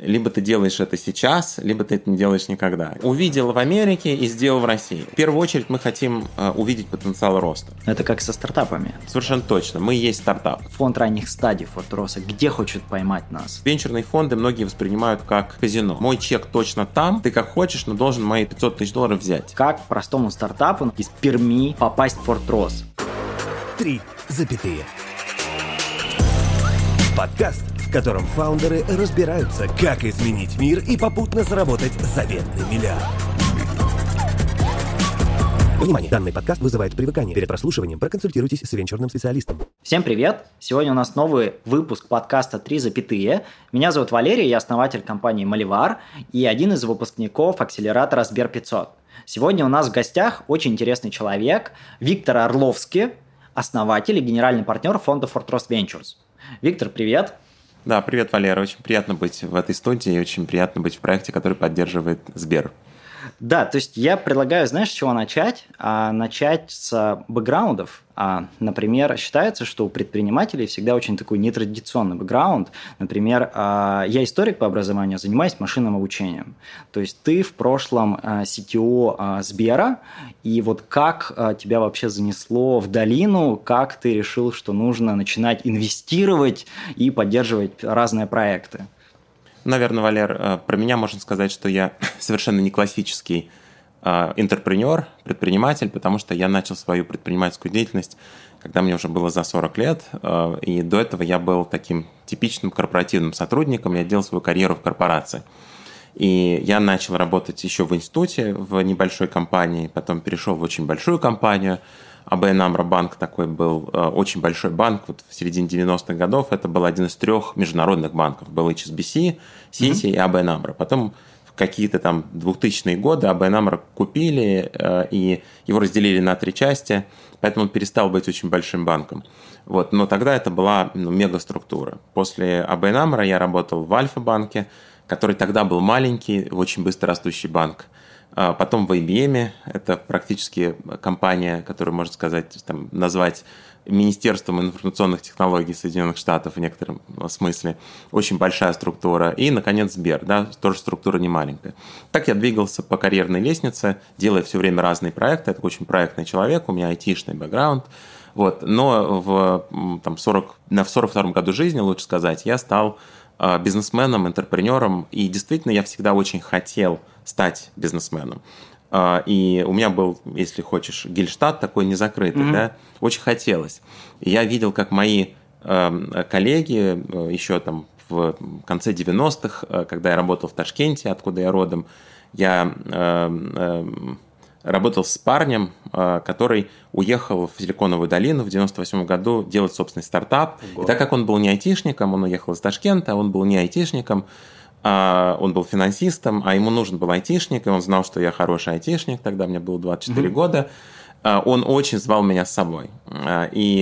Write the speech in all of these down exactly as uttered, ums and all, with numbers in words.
либо ты делаешь это сейчас, либо ты это не делаешь никогда. Увидел в Америке и сделал в России. В первую очередь мы хотим э, увидеть потенциал роста. Это как со стартапами. Совершенно точно. Мы и есть стартап. Фонд ранних стадий Форт-Роса где хочет поймать нас? Венчурные фонды многие воспринимают как казино. Мой чек точно там, ты как хочешь, но должен мои пятьсот тысяч долларов взять. Как простому стартапу из Перми попасть в Форт-Рос? Три запятые. Подкаст, в котором фаундеры разбираются, как изменить мир и попутно заработать заветный миллиард. Внимание! Данный подкаст вызывает привыкание. Перед прослушиванием проконсультируйтесь с венчурным специалистом. Всем привет! Сегодня у нас новый выпуск подкаста «Три запятые». Меня зовут Валерий, я основатель компании Malivar и один из выпускников акселератора Сбер пятьсот. Сегодня у нас в гостях очень интересный человек Виктор Орловский, основатель и генеральный партнер фонда Форт-Рос Ventures. Виктор, привет! Да, привет, Валера. Очень приятно быть в этой студии и очень приятно быть в проекте, который поддерживает Сбер. Да, то есть я предлагаю, знаешь, с чего начать? А, начать с бэкграундов. А, например, считается, что у предпринимателей всегда очень такой нетрадиционный бэкграунд. Например, а, я историк по образованию, занимаюсь машинным обучением. То есть ты в прошлом а, си ти о а, Сбера, и вот как а, тебя вообще занесло в долину, как ты решил, что нужно начинать инвестировать и поддерживать разные проекты? Наверное, Валер, про меня можно сказать, что я совершенно не классический интерпренер, предприниматель, потому что я начал свою предпринимательскую деятельность, когда мне уже было за сорок лет, и до этого я был таким типичным корпоративным сотрудником, я делал свою карьеру в корпорации. И я начал работать еще в институте, в небольшой компании, потом перешел в очень большую компанию. эй би эн AMRO банк такой был, очень большой банк, вот в середине девяностых годов, это был один из трех международных банков, был эйч эс би си, Citi mm-hmm. и эй би эн AMRO. Потом в какие-то там двухтысячные годы эй би эн AMRO купили, и его разделили на три части, поэтому он перестал быть очень большим банком. Вот. Но тогда это была ну, мегаструктура. После эй би эн AMRO я работал в Альфа-банке, который тогда был маленький, очень быстро растущий банк. Потом в ай би эм, это практически компания, которую, можно сказать, там, назвать Министерством информационных технологий Соединенных Штатов в некотором смысле. Очень большая структура. И, наконец, Сбер, да, тоже структура не маленькая. Так я двигался по карьерной лестнице, делая все время разные проекты. Я такой очень проектный человек, у меня айтишный бэкграунд. Вот. Но в, там, сорок, на сорок втором году жизни, лучше сказать, я стал бизнесменом, интерпренером. И действительно, я всегда очень хотел стать бизнесменом. И у меня был, если хочешь, Гельштадт такой незакрытый, mm-hmm. да, очень хотелось. И я видел, как мои коллеги еще там в конце девяностых, когда я работал в Ташкенте, откуда я родом, я работал с парнем, который уехал в Силиконовую долину в девяносто восьмом году делать собственный стартап. Ого. И так как он был не айтишником, он уехал из Ташкента, он был не айтишником, он был финансистом, а ему нужен был айтишник, и он знал, что я хороший айтишник, тогда мне было двадцать четыре mm-hmm. года. Он очень звал меня с собой. И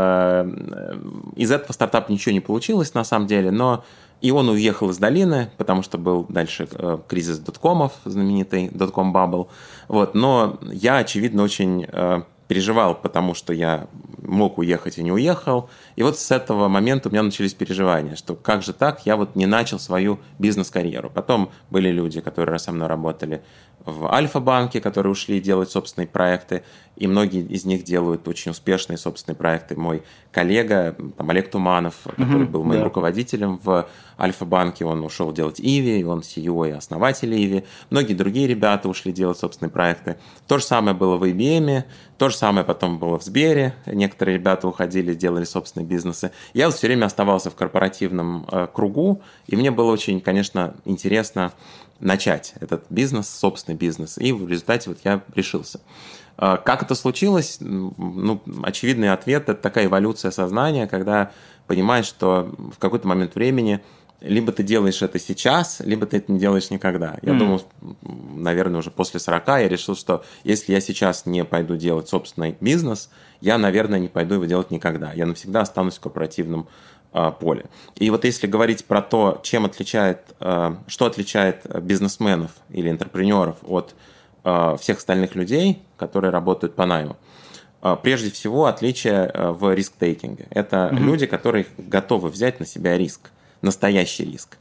из этого стартапа ничего не получилось, на самом деле, но и он уехал из долины, потому что был дальше кризис доткомов, знаменитый дотком-бабл. Вот. Но я, очевидно, очень переживал, потому что я мог уехать и не уехал. И вот с этого момента у меня начались переживания, что как же так, я вот не начал свою бизнес-карьеру. Потом были люди, которые со мной работали в Альфа-банке, которые ушли делать собственные проекты, и многие из них делают очень успешные собственные проекты. Мой коллега, там, Олег Туманов, который mm-hmm, был моим да. руководителем в Альфа-банке, он ушел делать Иви, он си и о и основатель Иви. Многие другие ребята ушли делать собственные проекты. То же самое было в ай би эм, то же самое потом было в Сбере. Некоторые ребята уходили, делали собственные бизнесы. Я вот все время оставался в корпоративном э, кругу, и мне было очень, конечно, интересно начать этот бизнес, собственный бизнес. И в результате вот я решился. Как это случилось? Ну, очевидный ответ – это такая эволюция сознания, когда понимаешь, что в какой-то момент времени либо ты делаешь это сейчас, либо ты это не делаешь никогда. Я mm. думал, наверное, уже после сорока я решил, что если я сейчас не пойду делать собственный бизнес, я, наверное, не пойду его делать никогда. Я навсегда останусь в корпоративном э, поле. И вот если говорить про то, чем отличает, э, что отличает бизнесменов или интерпренеров от э, всех остальных людей, которые работают по найму, э, прежде всего отличие э, в риск-тейкинге. Это mm-hmm. люди, которые готовы взять на себя риск. Настоящий риск.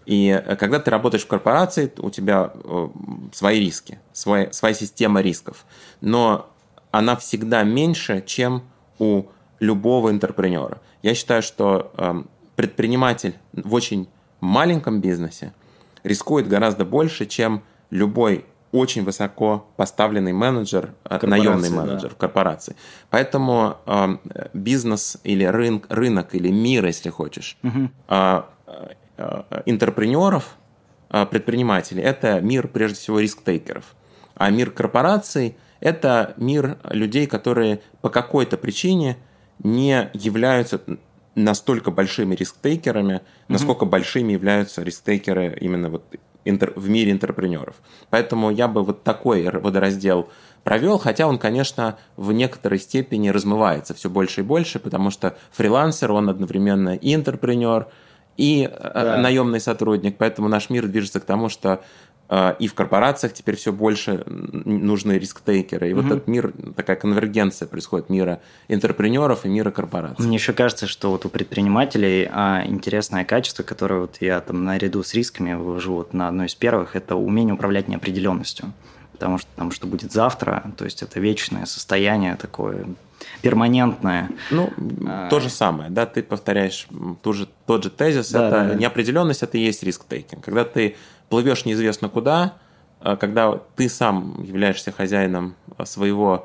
И когда ты работаешь в корпорации, у тебя свои риски, своя, своя система рисков. Но она всегда меньше, чем у любого интерпренера. Я считаю, что предприниматель в очень маленьком бизнесе рискует гораздо больше, чем любой очень высоко поставленный менеджер, наемный менеджер да. в корпорации. Поэтому э, бизнес или рынок, рынок или мир, если хочешь, угу. э, э, интерпренеров, э, предпринимателей – это мир, прежде всего, риск-тейкеров. А мир корпораций – это мир людей, которые по какой-то причине не являются настолько большими риск-тейкерами, угу. насколько большими являются риск-тейкеры именно вот в мире интерпренеров. Поэтому я бы вот такой водораздел провел, хотя он, конечно, в некоторой степени размывается все больше и больше, потому что фрилансер, он одновременно и интерпренер, и да. наемный сотрудник, поэтому наш мир движется к тому, что и в корпорациях теперь все больше нужны риск-тейкеры. И угу. вот этот мир, такая конвергенция происходит мира интерпренеров и мира корпораций. Мне еще кажется, что вот у предпринимателей а, интересное качество, которое вот я там наряду с рисками вывожу вот на одно из первых, это умение управлять неопределенностью. Потому что там, что будет завтра, то есть это вечное состояние такое перманентное. Ну, а... то же самое, да, ты повторяешь ту же, тот же тезис, да, это да, да. неопределенность, это и есть риск-тейкинг. Когда ты плывешь неизвестно куда, когда ты сам являешься хозяином своего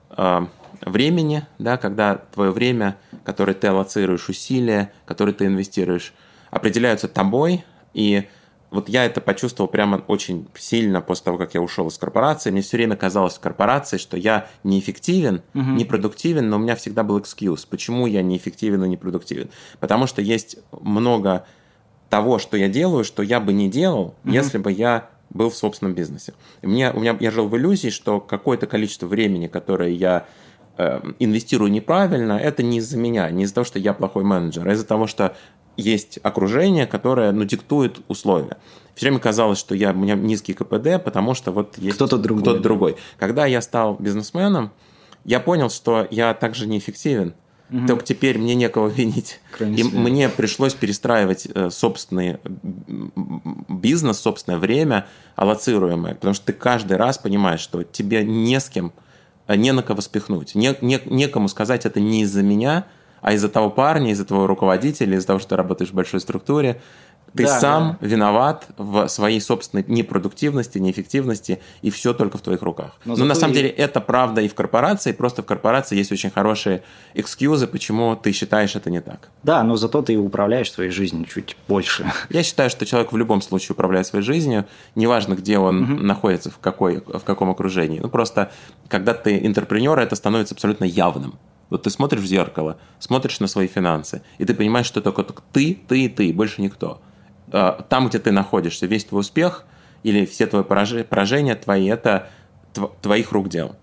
времени, да, когда твое время, которое ты аллоцируешь, усилия, которые ты инвестируешь, определяются тобой. И вот я это почувствовал прямо очень сильно после того, как я ушел из корпорации. Мне все время казалось в корпорации, что я неэффективен, угу. непродуктивен, но у меня всегда был экскьюз. Почему я неэффективен и непродуктивен? Потому что есть много того, что я делаю, что я бы не делал, mm-hmm. если бы я был в собственном бизнесе. И мне, у меня, я жил в иллюзии, что какое-то количество времени, которое я э, инвестирую неправильно, это не из-за меня, не из-за того, что я плохой менеджер, а из-за того, что есть окружение, которое ну, диктует условия. Все время казалось, что я, у меня низкий ка пэ дэ, потому что вот есть кто-то другой. кто-то другой. Когда я стал бизнесменом, я понял, что я также неэффективен. Угу. Только теперь мне некого винить. Кроме и себя. Мне пришлось перестраивать собственный бизнес, собственное время, аллоцируемое, потому что ты каждый раз понимаешь, что тебе не с кем, не на кого спихнуть, не, не, некому сказать, это не из-за меня, а из-за того парня, из-за твоего руководителя, из-за того, что ты работаешь в большой структуре. Ты да, сам да. виноват в своей собственной непродуктивности, неэффективности, и все только в твоих руках. Но, Но на самом и... деле это правда и в корпорации, просто в корпорации есть очень хорошие экскьюзы, почему ты считаешь это не так. Да, но зато ты управляешь своей жизнью чуть больше. Я считаю, что человек в любом случае управляет своей жизнью, неважно, где он угу. находится, в, какой, в каком окружении. Ну просто, когда ты интерпренер, это становится абсолютно явным. Вот ты смотришь в зеркало, смотришь на свои финансы, и ты понимаешь, что только ты, ты и ты, больше никто. Там, где ты находишься, весь твой успех или все твои поражения твои, это твоих рук дело.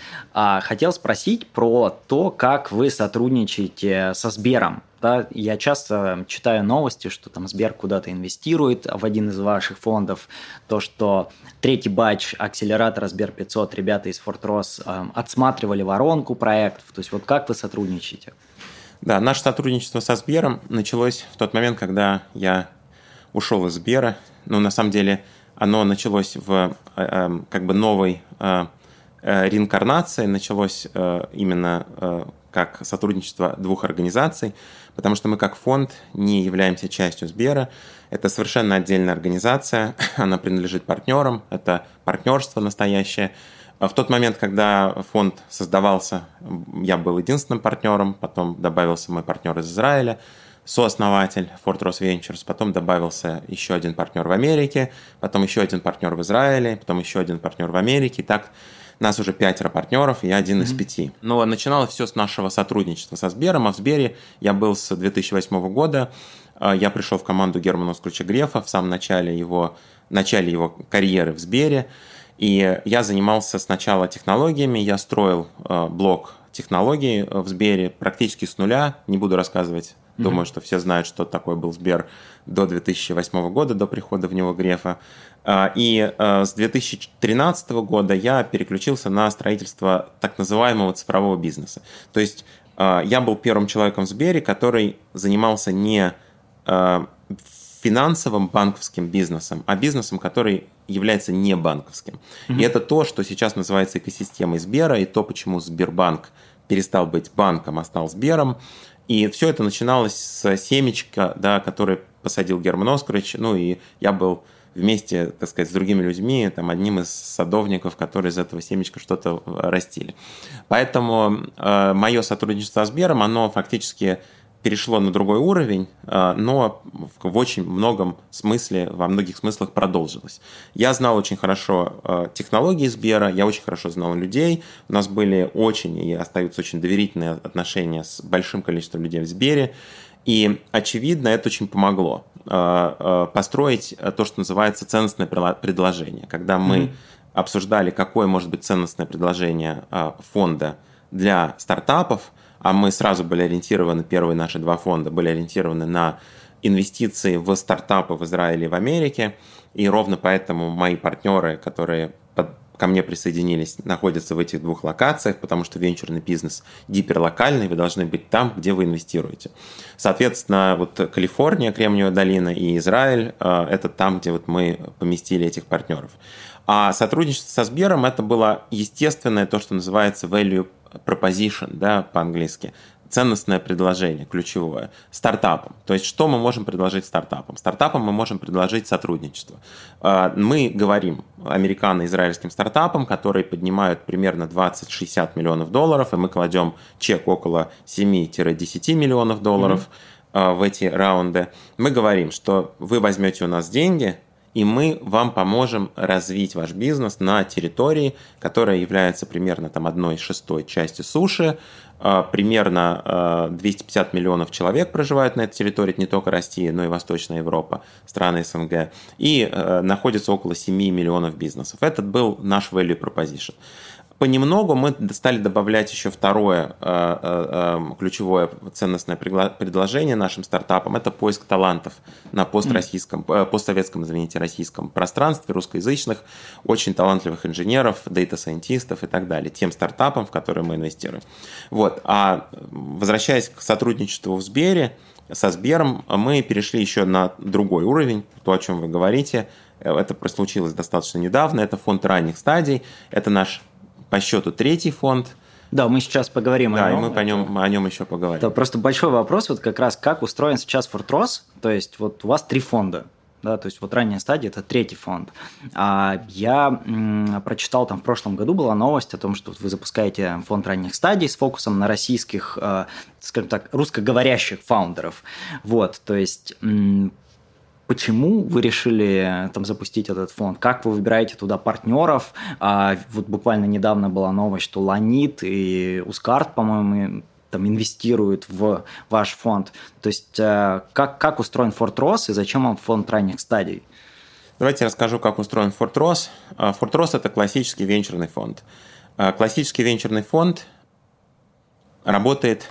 Хотел спросить про то, как вы сотрудничаете со Сбером. Да, я часто читаю новости, что там Сбер куда-то инвестирует в один из ваших фондов, то, что третий батч акселератора Сбер пятьсот, ребята из Фортрос отсматривали воронку проектов. То есть вот как вы сотрудничаете? Да, наше сотрудничество со Сбером началось в тот момент, когда я ушел из Сбера. Но на самом деле оно началось в э, как бы новой э, реинкарнации, началось э, именно э, как сотрудничество двух организаций, потому что мы как фонд не являемся частью Сбера. Это совершенно отдельная организация, она принадлежит партнерам, это партнерство настоящее. В тот момент, когда фонд создавался, я был единственным партнером, потом добавился мой партнер из Израиля, сооснователь Fortress Ventures, потом добавился еще один партнер в Америке, потом еще один партнер в Израиле, потом еще один партнер в Америке. И так нас уже пятеро партнеров, и я один mm-hmm. из пяти. Но начиналось все с нашего сотрудничества со Сбером, а в Сбере я был с две тысячи восьмого года. Я пришел в команду Германа Оскаровича Грефа в самом начале его, начале его карьеры в Сбере. И я занимался сначала технологиями, я строил блок технологий в Сбере практически с нуля, не буду рассказывать. Думаю, mm-hmm. что все знают, что такое был Сбер до две тысячи восьмого года, до прихода в него Грефа. И с две тысячи тринадцатого года я переключился на строительство так называемого цифрового бизнеса. То есть я был первым человеком в Сбере, который занимался не финансовым банковским бизнесом, а бизнесом, который является не банковским. Mm-hmm. И это то, что сейчас называется экосистемой Сбера, и то, почему Сбербанк перестал быть банком, а стал Сбером. И все это начиналось с семечка, да, который посадил Герман Оскарович. Ну и я был вместе, так сказать, с другими людьми, там, одним из садовников, которые из этого семечка что-то растили. Поэтому э, мое сотрудничество с Сбером, оно фактически перешло на другой уровень, э, но в очень многом смысле, во многих смыслах продолжилось. Я знал очень хорошо э, технологии Сбера, я очень хорошо знал людей, у нас были очень и остаются очень доверительные отношения с большим количеством людей в Сбере, и, очевидно, это очень помогло построить то, что называется ценностное предложение. Когда мы mm-hmm. обсуждали, какое может быть ценностное предложение фонда для стартапов, а мы сразу были ориентированы, первые наши два фонда были ориентированы на инвестиции в стартапы в Израиле и в Америке, и ровно поэтому мои партнеры, которые под ко мне присоединились, находятся в этих двух локациях, потому что венчурный бизнес гиперлокальный, вы должны быть там, где вы инвестируете. Соответственно, вот Калифорния, Кремниевая долина и Израиль – это там, где вот мы поместили этих партнеров. А сотрудничество со Сбером – это было естественное, то, что называется value proposition, да, по-английски. Ценностное предложение, ключевое, стартапам. То есть, что мы можем предложить стартапам? Стартапам мы можем предложить сотрудничество. Мы говорим американо-израильским стартапам, которые поднимают примерно двадцать-шестьдесят миллионов долларов, и мы кладем чек около семь-десять миллионов долларов mm-hmm. в эти раунды. Мы говорим, что вы возьмете у нас деньги, и мы вам поможем развить ваш бизнес на территории, которая является примерно там, одной шестой части суши. Примерно двести пятьдесят миллионов человек проживают на этой территории, не только Россия, но и Восточная Европа, страны СНГ. И находится около семь миллионов бизнесов. Этот был наш value proposition. Понемногу мы стали добавлять еще второе э, э, ключевое ценностное предложение нашим стартапам. Это поиск талантов на построссийском, э, постсоветском, извините, российском пространстве, русскоязычных, очень талантливых инженеров, дейта-сайентистов и так далее, тем стартапам, в которые мы инвестируем. Вот. А возвращаясь к сотрудничеству в Сбере, со Сбером, мы перешли еще на другой уровень, то, о чем вы говорите. Это случилось достаточно недавно. Это фонд ранних стадий. Это наш по счету третий фонд. Да, мы сейчас поговорим да, о нем. Да, и мы по нем, о нем еще поговорим. Это просто большой вопрос, вот как раз как устроен сейчас Фортрос. То есть вот у вас три фонда. Да, то есть вот ранняя стадия – это третий фонд. А я м, прочитал там в прошлом году была новость о том, что вы запускаете фонд ранних стадий с фокусом на российских, э, скажем так, русскоговорящих фаундеров. Вот, то есть м, почему вы решили там запустить этот фонд? Как вы выбираете туда партнеров? А, вот буквально недавно была новость, что Ланит и Ускарт, по-моему, там инвестируют в ваш фонд. То есть как, как устроен Фортрос и зачем вам фонд ранних стадий? Давайте я расскажу, как устроен Фортрос. Фортрос – это классический венчурный фонд. Классический венчурный фонд работает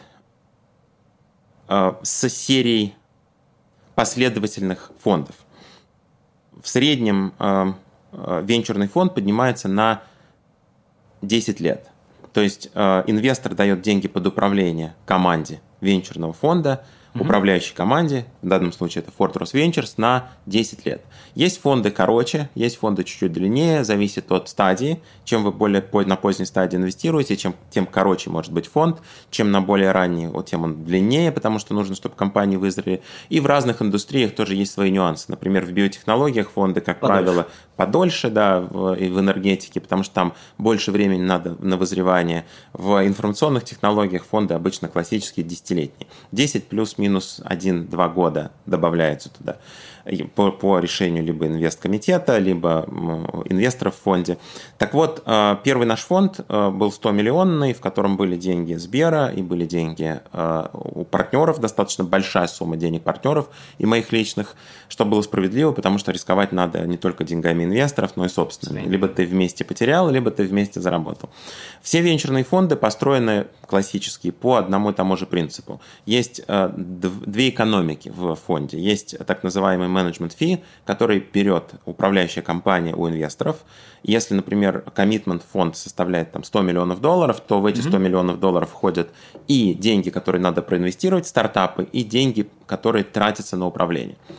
с серией последовательных фондов. В среднем венчурный фонд поднимается на десять лет. То есть э, инвестор дает деньги под управление команде венчурного фонда, mm-hmm. управляющей команде, в данном случае это Fortress Ventures, на десять лет. Есть фонды короче, есть фонды чуть-чуть длиннее, зависит от стадии. Чем вы более на поздней стадии инвестируете, чем, тем короче может быть фонд, чем на более ранний, вот, тем он длиннее, потому что нужно, чтобы компании вызрели. И в разных индустриях тоже есть свои нюансы. Например, в биотехнологиях фонды, как подольше. правило, подольше, да, в, и в энергетике, потому что там больше времени надо на вызревание. В информационных технологиях фонды обычно классические десятилетние. десять плюс-минус один-два года добавляется туда по, по решению либо инвесткомитета, либо инвесторов в фонде. Так вот, первый наш фонд был сто миллионный, в котором были деньги Сбера и были деньги у партнеров, достаточно большая сумма денег партнеров и моих личных, что было справедливо, потому что рисковать надо не только деньгами инвесторов, но и собственными. Либо ты вместе потерял, либо ты вместе заработал. Все венчурные фонды построены классические по одному и тому же принципу. Есть две экономики в фонде. Есть так называемый management fee, который берет управляющая компания у инвесторов. Если, например, commitment фонд составляет там, сто миллионов долларов, то в эти сто миллионов долларов входят и деньги, которые надо проинвестировать в стартапы, и деньги, которые тратятся на управление.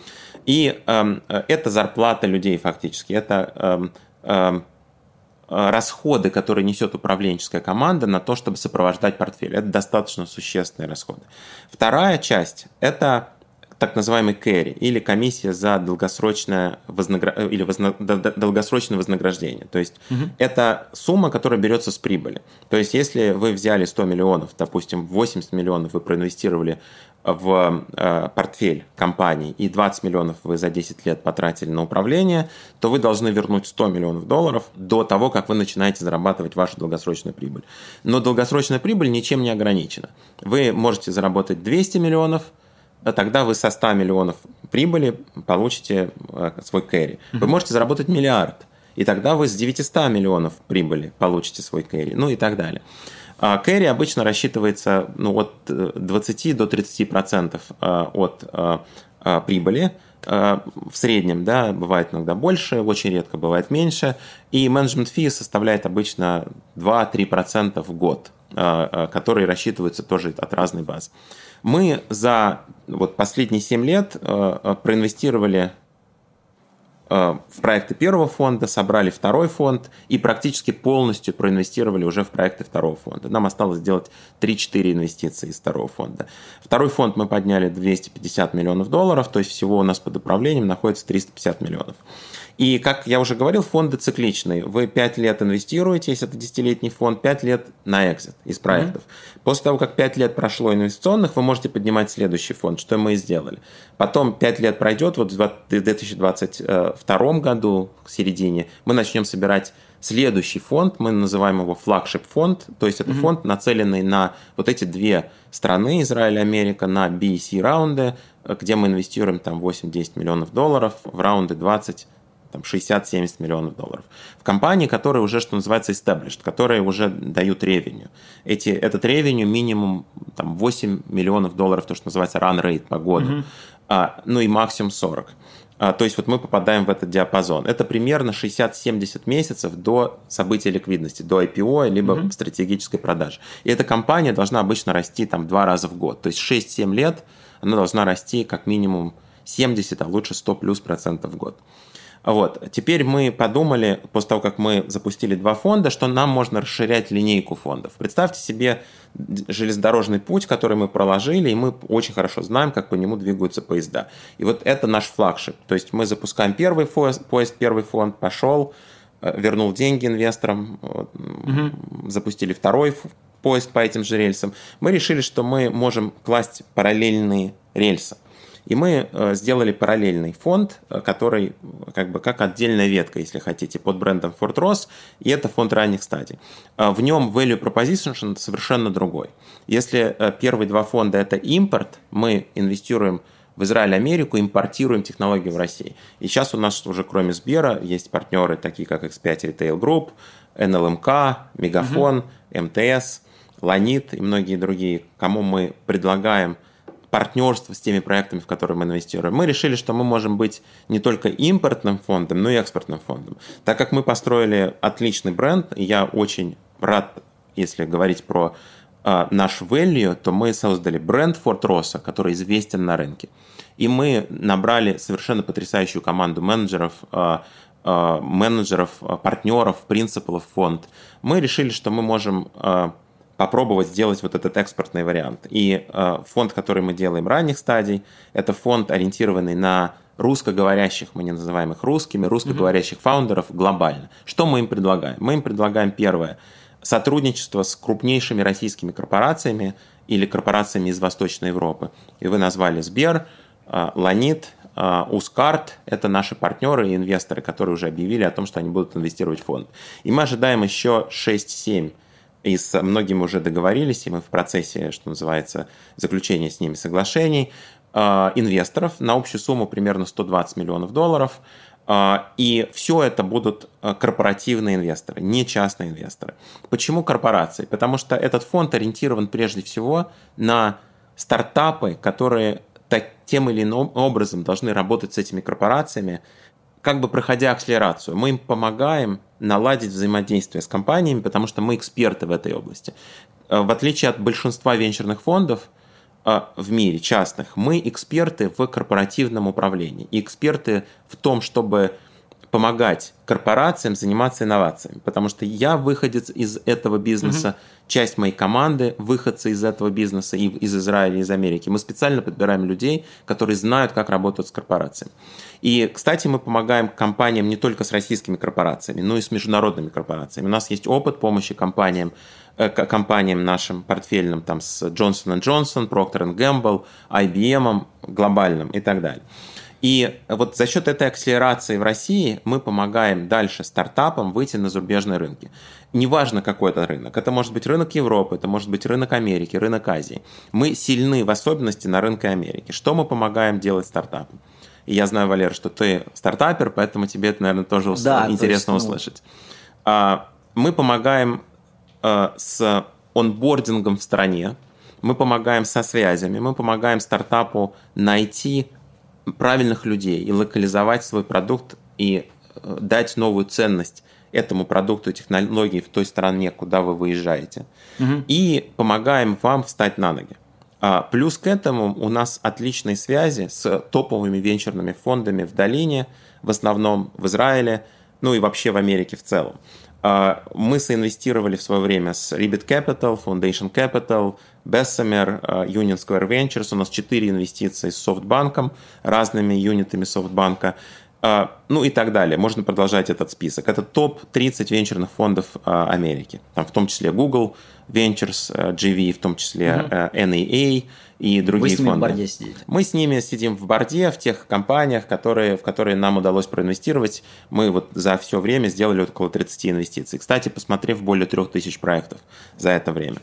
И э, это зарплата людей фактически, это э, э, расходы, которые несет управленческая команда на то, чтобы сопровождать портфель. Это достаточно существенные расходы. Вторая часть – это так называемый carry, или комиссия за долгосрочное, вознагр... или возна... долгосрочное вознаграждение. То есть угу. это сумма, которая берется с прибыли. То есть если вы взяли сто миллионов, допустим, восемьдесят миллионов вы проинвестировали в э, портфель компании и двадцать миллионов вы за десять лет потратили на управление, то вы должны вернуть сто миллионов долларов до того, как вы начинаете зарабатывать вашу долгосрочную прибыль. Но долгосрочная прибыль ничем не ограничена. Вы можете заработать двести миллионов, тогда вы со ста миллионов прибыли получите свой кэри. Вы можете заработать миллиард, и тогда вы с девятисот миллионов прибыли получите свой кэри, ну и так далее. Кэри обычно рассчитывается ну, от двадцати до тридцати процентов от прибыли. В среднем, да, бывает иногда больше, очень редко бывает меньше. И менеджмент фи составляет обычно два-три процента в год, которые рассчитываются тоже от разной базы. Мы за вот, последние семь лет проинвестировали в проекты первого фонда, собрали второй фонд и практически полностью проинвестировали уже в проекты второго фонда. Нам осталось сделать три-четыре инвестиции из второго фонда. Второй фонд мы подняли двести пятьдесят миллионов долларов, то есть всего у нас под управлением находится триста пятьдесят миллионов. И, как я уже говорил, фонды цикличные. Вы пять лет инвестируете, если это десятилетний фонд, пять лет на экзит из проектов. Mm-hmm. После того, как пять лет прошло инвестиционных, вы можете поднимать следующий фонд, что мы и сделали. Потом пять лет пройдет, вот в две тысячи двадцать втором году, к середине, мы начнем собирать следующий фонд, мы называем его флагшип фонд, то есть это mm-hmm. фонд, нацеленный на вот эти две страны, Израиль и Америка, на би и си раунды, где мы инвестируем там восемь-десять миллионов долларов, в раунды двадцать шестьдесят-семьдесят миллионов долларов. В компании, которые уже, что называется, established, которые уже дают ревеню. Эти, этот ревеню минимум там, восемь миллионов долларов, то, что называется run rate по году, mm-hmm. а, ну и максимум сорок. А, то есть вот мы попадаем в этот диапазон. Это примерно шестьдесят-семьдесят месяцев до события ликвидности, до ай пи о, либо mm-hmm. стратегической продажи. И эта компания должна обычно расти там, два раза в год. То есть шесть-семь лет она должна расти как минимум семьдесят, а лучше сто плюс процентов в год. Вот. Теперь мы подумали, после того, как мы запустили два фонда, что нам можно расширять линейку фондов. Представьте себе железнодорожный путь, который мы проложили, и мы очень хорошо знаем, как по нему двигаются поезда. И вот это наш флагшип. То есть мы запускаем первый поезд, первый фонд, пошел, вернул деньги инвесторам, угу. запустили второй поезд по этим же рельсам. Мы решили, что мы можем класть параллельные рельсы. И мы сделали параллельный фонд, который как бы как отдельная ветка, если хотите, под брендом Fort Ross, и это фонд ранних стадий. В нем value proposition совершенно другой. Если первые два фонда – это импорт, мы инвестируем в Израиль, Америку, импортируем технологии в России. И сейчас у нас уже кроме Сбера есть партнеры, такие как икс пять Retail Group, эн эл эм ка, Мегафон, угу. эм тэ эс, Ланит и многие другие, кому мы предлагаем партнерство с теми проектами, в которые мы инвестируем. Мы решили, что мы можем быть не только импортным фондом, но и экспортным фондом. Так как мы построили отличный бренд, и я очень рад, если говорить про э, наш value, то мы создали бренд Fort Ross, который известен на рынке. И мы набрали совершенно потрясающую команду менеджеров, э, э, менеджеров, партнеров, принципалов фонд. Мы решили, что мы можем э, попробовать сделать вот этот экспортный вариант. И э, фонд, который мы делаем ранних стадий, это фонд, ориентированный на русскоговорящих, мы не называем их русскими, русскоговорящих mm-hmm. фаундеров глобально. Что мы им предлагаем? Мы им предлагаем, первое, сотрудничество с крупнейшими российскими корпорациями или корпорациями из Восточной Европы. И вы назвали Сбер, э, Ланит, э, Ускарт. Это наши партнеры и инвесторы, которые уже объявили о том, что они будут инвестировать в фонд. И мы ожидаем еще шесть-семь. И с многими уже договорились, и мы в процессе, что называется, заключения с ними соглашений, э, инвесторов на общую сумму примерно сто двадцать миллионов долларов. Э, и все это будут корпоративные инвесторы, не частные инвесторы. Почему корпорации? Потому что этот фонд ориентирован прежде всего на стартапы, которые так, тем или иным образом должны работать с этими корпорациями, как бы проходя акселерацию. Мы им помогаем наладить взаимодействие с компаниями, потому что мы эксперты в этой области. В отличие от большинства венчурных фондов, в мире частных, мы эксперты в корпоративном управлении и эксперты в том, чтобы помогать корпорациям заниматься инновациями, потому что я выходец из этого бизнеса, mm-hmm. часть моей команды выходцы из этого бизнеса и из Израиля, и из Америки. Мы специально подбираем людей, которые знают, как работать с корпорациями. И, кстати, мы помогаем компаниям не только с российскими корпорациями, но и с международными корпорациями. У нас есть опыт помощи компаниям, э, компаниям нашим портфельным, там, с Johnson энд Johnson, Procter энд Gamble, ай би эм, глобальным и так далее. И вот за счет этой акселерации в России мы помогаем дальше стартапам выйти на зарубежные рынки. Неважно, какой это рынок. Это может быть рынок Европы, это может быть рынок Америки, рынок Азии. Мы сильны в особенности на рынке Америки. Что мы помогаем делать стартапам? И я знаю, Валера, что ты стартапер, поэтому тебе это, наверное, тоже да, интересно то есть, услышать. Ну... Мы помогаем с онбордингом в стране, мы помогаем со связями, мы помогаем стартапу найти правильных людей и локализовать свой продукт и дать новую ценность этому продукту и технологии в той стране, куда вы выезжаете. Угу. И помогаем вам встать на ноги. А плюс к этому у нас отличные связи с топовыми венчурными фондами в долине, в основном в Израиле, ну и вообще в Америке в целом. Мы соинвестировали в свое время с Ribbit Capital, Foundation Capital, Bessemer, Union Square Ventures. У нас четыре инвестиции с SoftBank, разными юнитами SoftBank, ну и так далее. Можно продолжать этот список. Это топ тридцать венчурных фондов Америки. Там в том числе Google Ventures, джи ви, в том числе mm-hmm. эн эй эй и другие фонды. Вы с ними фонды. В борде сидите? Мы с ними сидим в борде в тех компаниях, которые, в которые нам удалось проинвестировать. Мы вот за все время сделали около тридцать инвестиций. Кстати, посмотрев более трех тысяч проектов за это время.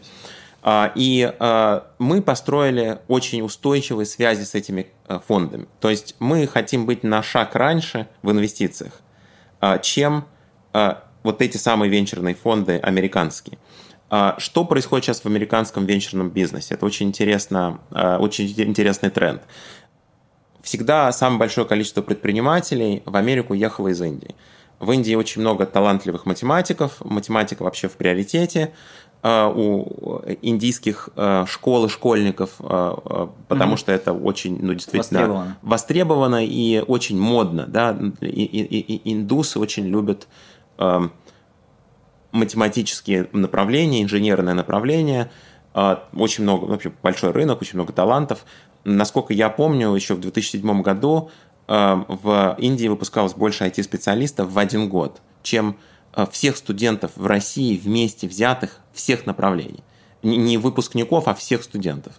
И мы построили очень устойчивые связи с этими фондами. То есть мы хотим быть на шаг раньше в инвестициях, чем вот эти самые венчурные фонды американские. Что происходит сейчас в американском венчурном бизнесе? Это очень, интересно, очень интересный тренд. Всегда самое большое количество предпринимателей в Америку ехало из Индии. В Индии очень много талантливых математиков, математика вообще в приоритете у индийских школ и школьников, потому mm-hmm. что это очень, ну, действительно востребовано, востребовано и очень модно. Да? И, и, и индусы очень любят математические направления, инженерное направление, очень много, вообще большой рынок, очень много талантов. Насколько я помню, еще в две тысячи седьмом году в Индии выпускалось больше ай ти-специалистов в один год, чем всех студентов в России вместе взятых всех направлений. Не выпускников, а всех студентов.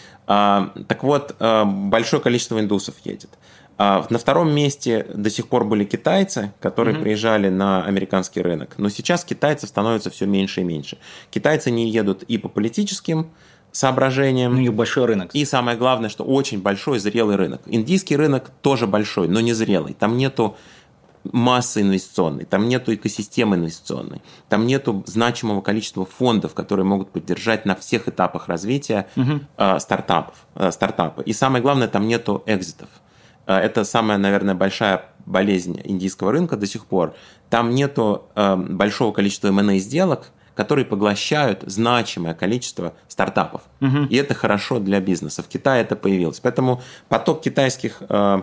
Так вот, большое количество индусов едет. На втором месте до сих пор были китайцы, которые mm-hmm. приезжали на американский рынок. Но сейчас китайцев становится все меньше и меньше. Китайцы не едут и по политическим соображениям. Ну и большой рынок. И самое главное, что очень большой зрелый рынок. Индийский рынок тоже большой, но не зрелый. Там нету массы инвестиционной, там нету экосистемы инвестиционной, там нету значимого количества фондов, которые могут поддержать на всех этапах развития mm-hmm. э, стартапов, э, стартапы. И самое главное, там нету экзитов. Это самая, наверное, большая болезнь индийского рынка до сих пор. Там нету э, большого количества эм энд эй сделок, которые поглощают значимое количество стартапов. Угу. И это хорошо для бизнеса. В Китае это появилось. Поэтому поток китайских э,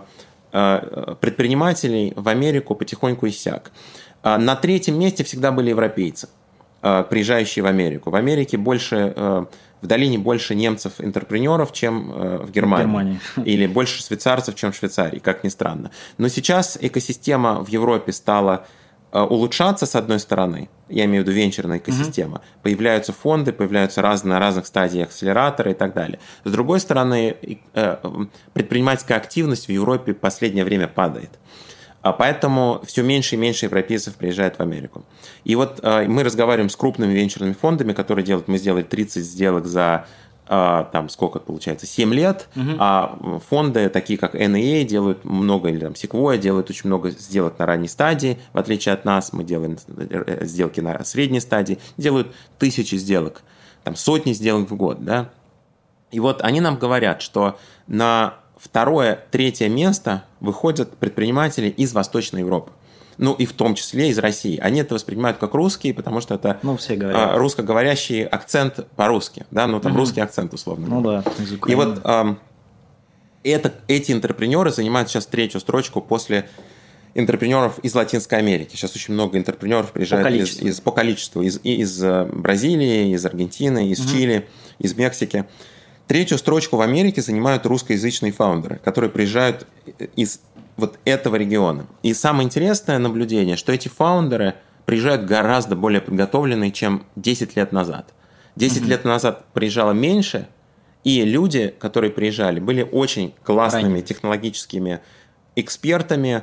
э, предпринимателей в Америку потихоньку иссяк. Э, на третьем месте всегда были европейцы, э, приезжающие в Америку. В Америке больше... Э, В долине больше немцев-интерпренеров, чем в Германии. Германии. Или больше швейцарцев, чем в Швейцарии, как ни странно. Но сейчас экосистема в Европе стала улучшаться, с одной стороны. Я имею в виду венчурная экосистема. Mm-hmm. Появляются фонды, появляются разные, на разных стадиях акселераторы и так далее. С другой стороны, предпринимательская активность в Европе в последнее время падает. Поэтому все меньше и меньше европейцев приезжает в Америку. И вот э, мы разговариваем с крупными венчурными фондами, которые делают, мы сделали тридцать сделок за, э, там, сколько получается, семь лет, угу. а фонды, такие как эн эй эй, делают много, или там Sequoia делают очень много сделок на ранней стадии, в отличие от нас, мы делаем сделки на средней стадии, делают тысячи сделок, там, сотни сделок в год, да. И вот они нам говорят, что на второе, третье место выходят предприниматели из Восточной Европы. ну и в том числе из России. Они это воспринимают как русские, потому что это ну, все говорят. русскоговорящий акцент по-русски, да, ну там угу. русский акцент условно. Ну да, из Украины. И вот э, это, эти интерпренеры занимают сейчас третью строчку после интерпренеров из Латинской Америки. Сейчас очень много интерпренеров приезжает по из, из, по количеству из, из Бразилии, из Аргентины, из угу. Чили, из Мексики. Третью строчку в Америке занимают русскоязычные фаундеры, которые приезжают из вот этого региона. И самое интересное наблюдение, что эти фаундеры приезжают гораздо более подготовленные, чем десять лет назад. десять угу. лет назад приезжало меньше, и люди, которые приезжали, были очень классными Ранее. технологическими экспертами,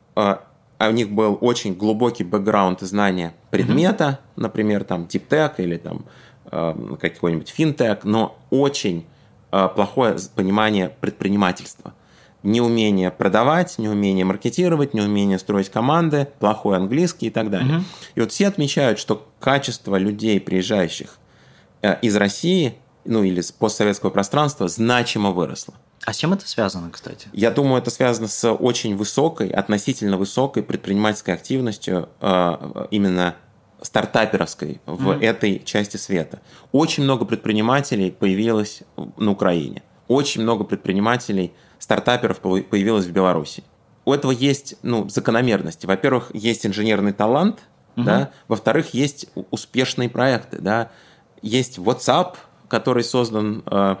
у них был очень глубокий бэкграунд и знания предмета, угу. например, там Deep Tech или там какой-нибудь финтех, но очень плохое понимание предпринимательства. Неумение продавать, неумение маркетировать, неумение строить команды, плохой английский и так далее. Угу. И вот все отмечают, что качество людей, приезжающих из России, ну или с постсоветского пространства, значимо выросло. А с чем это связано, кстати? Я думаю, это связано с очень высокой, относительно высокой предпринимательской активностью именно стартаперовской в mm-hmm. этой части света. Очень много предпринимателей появилось на Украине. Очень много предпринимателей, стартаперов появилось в Беларуси. У этого есть ну, закономерности. Во-первых, есть инженерный талант, mm-hmm. да? Во-вторых, есть успешные проекты. Да? Есть WhatsApp, который создан э,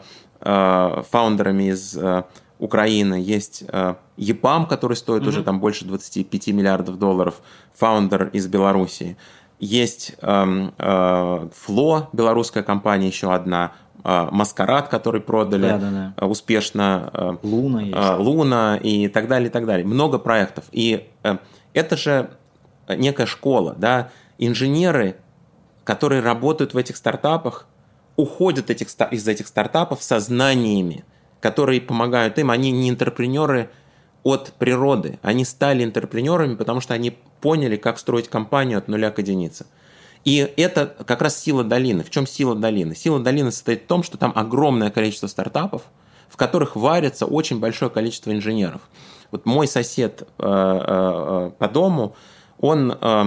э, фаундерами из э, Украины. Есть э, EPAM, который стоит mm-hmm. уже там, больше двадцать пять миллиардов долларов, фаундер из Белоруссии. Есть э, э, Фло, белорусская компания, еще одна, э, Маскарад, который продали да, да, да. успешно, э, Луна, есть. Э, Луна и так далее, и так далее. Много проектов. И э, это же некая школа, да? Инженеры, которые работают в этих стартапах, уходят этих, из этих стартапов со знаниями, которые помогают им. Они не интерпренеры от природы. Они стали интерпренерами, потому что они поняли, как строить компанию от нуля к единице. И это как раз сила долины. В чем сила долины? Сила долины состоит в том, что там огромное количество стартапов, в которых варится очень большое количество инженеров. Вот мой сосед э, э, по дому, он э,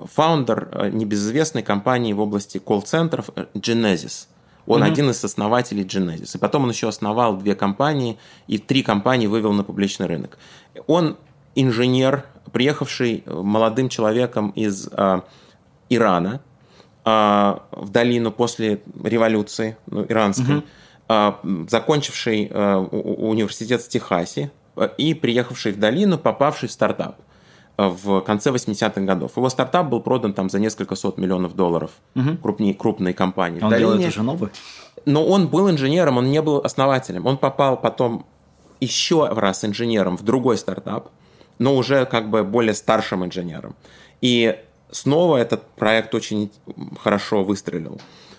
фаундер небезызвестной компании в области колл-центров Genesys. Он mm-hmm. один из основателей Genesys. И потом он еще основал две компании, и три компании вывел на публичный рынок. Он инженер, приехавший молодым человеком из э, Ирана э, в долину после революции ну, иранской, mm-hmm. э, закончивший э, университет в Техасе э, и приехавший в долину, попавший в стартап в конце восьмидесятых годов. Его стартап был продан там за несколько сот миллионов долларов угу. крупней, крупной компании. Он делает уже новый? Но он был инженером, он не был основателем. Он попал потом еще раз инженером в другой стартап, но уже как бы более старшим инженером. И снова этот проект очень хорошо выстрелил.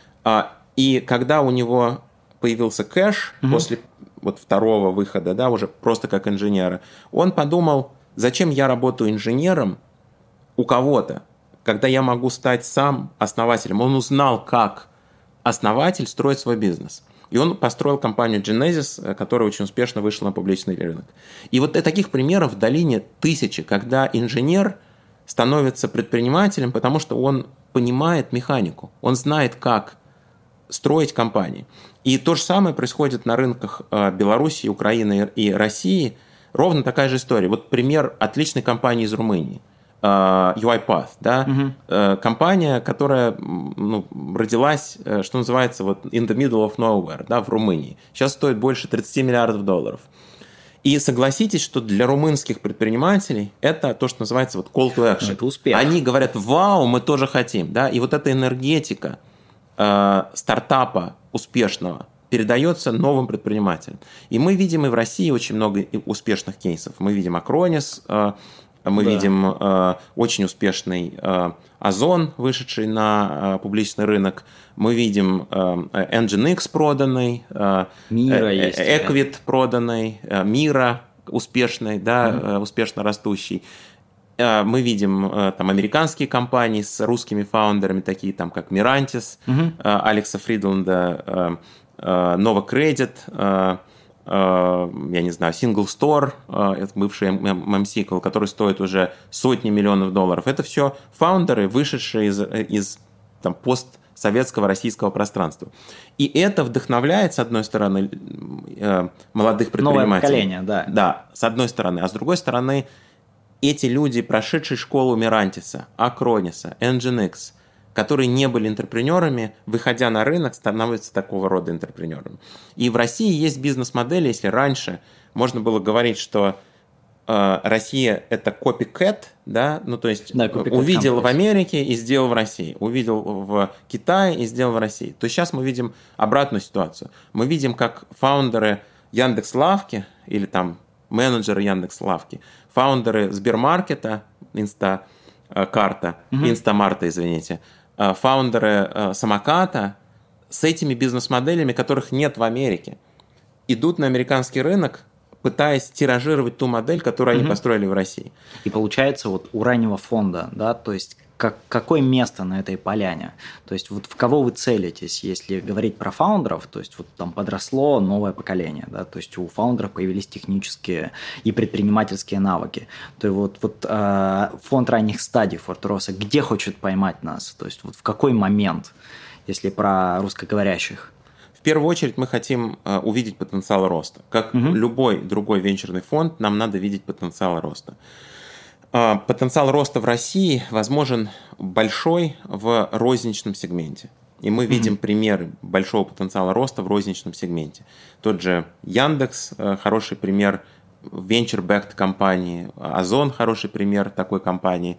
И когда у него появился кэш угу. после вот второго выхода, да, уже просто как инженера, он подумал, зачем я работаю инженером у кого-то, когда я могу стать сам основателем. Он узнал, как основатель строит свой бизнес. И он построил компанию Genesys, которая очень успешно вышла на публичный рынок. И вот таких примеров в долине тысячи, когда инженер становится предпринимателем, потому что он понимает механику, он знает, как строить компании. И то же самое происходит на рынках Беларуси, Украины и России. Ровно такая же история. Вот пример отличной компании из Румынии. UiPath, да? Угу. Компания, которая ну, родилась, что называется, вот in the middle of nowhere, да, в Румынии. Сейчас стоит больше тридцать миллиардов долларов. И согласитесь, что для румынских предпринимателей это то, что называется вот call to action. Это успех. Они говорят, вау, мы тоже хотим. Да? И вот эта энергетика э, стартапа успешного передается новым предпринимателям. И мы видим и в России очень много успешных кейсов. Мы видим Acronis, мы да. видим очень успешный Озон, вышедший на публичный рынок. Мы видим Nginx проданный, Мира есть, Equit проданный, Мира успешный, да, mm-hmm. успешно растущий. Мы видим там американские компании с русскими фаундерами, такие там как Mirantis, mm-hmm. Алекса Фридланда, Nova Credit, я не знаю, Single Store, это бывший эм эм си, который стоит уже сотни миллионов долларов. Это все фаундеры, вышедшие из, из там, постсоветского российского пространства. И это вдохновляет, с одной стороны, молодых предпринимателей. Новое поколение, да. Да, с одной стороны. А с другой стороны, эти люди, прошедшие школу Мирантиса, Acronis, Nginx, которые не были интерпренерами, выходя на рынок, становятся такого рода интерпренерами. И в России есть бизнес-модели, если раньше можно было говорить, что э, Россия – это copycat, да, ну то есть да, увидел в Америке и сделал в России, увидел в Китае и сделал в России, то сейчас мы видим обратную ситуацию. Мы видим, как фаундеры Яндекс.Лавки или там менеджеры Яндекс.Лавки, фаундеры Сбермаркета, Инстакарта, угу. Инстамарта, извините, фаундеры самоката с этими бизнес-моделями, которых нет в Америке, идут на американский рынок, пытаясь тиражировать ту модель, которую угу. они построили в России. И получается вот у раннего фонда, да, то есть как, какое место на этой поляне? То есть вот в кого вы целитесь, если говорить про фаундеров, то есть вот там подросло новое поколение, да, то есть у фаундеров появились технические и предпринимательские навыки. То есть вот, вот э, фонд ранних стадий Форт-Росса, где хочет поймать нас? То есть вот в какой момент, если про русскоговорящих? В первую очередь мы хотим э, увидеть потенциал роста. Как угу. любой другой венчурный фонд, нам надо видеть потенциал роста. Потенциал роста в России возможен большой в розничном сегменте. И мы видим mm-hmm. примеры большого потенциала роста в розничном сегменте. Тот же Яндекс – хороший пример venture-backed компании, Озон – хороший пример такой компании.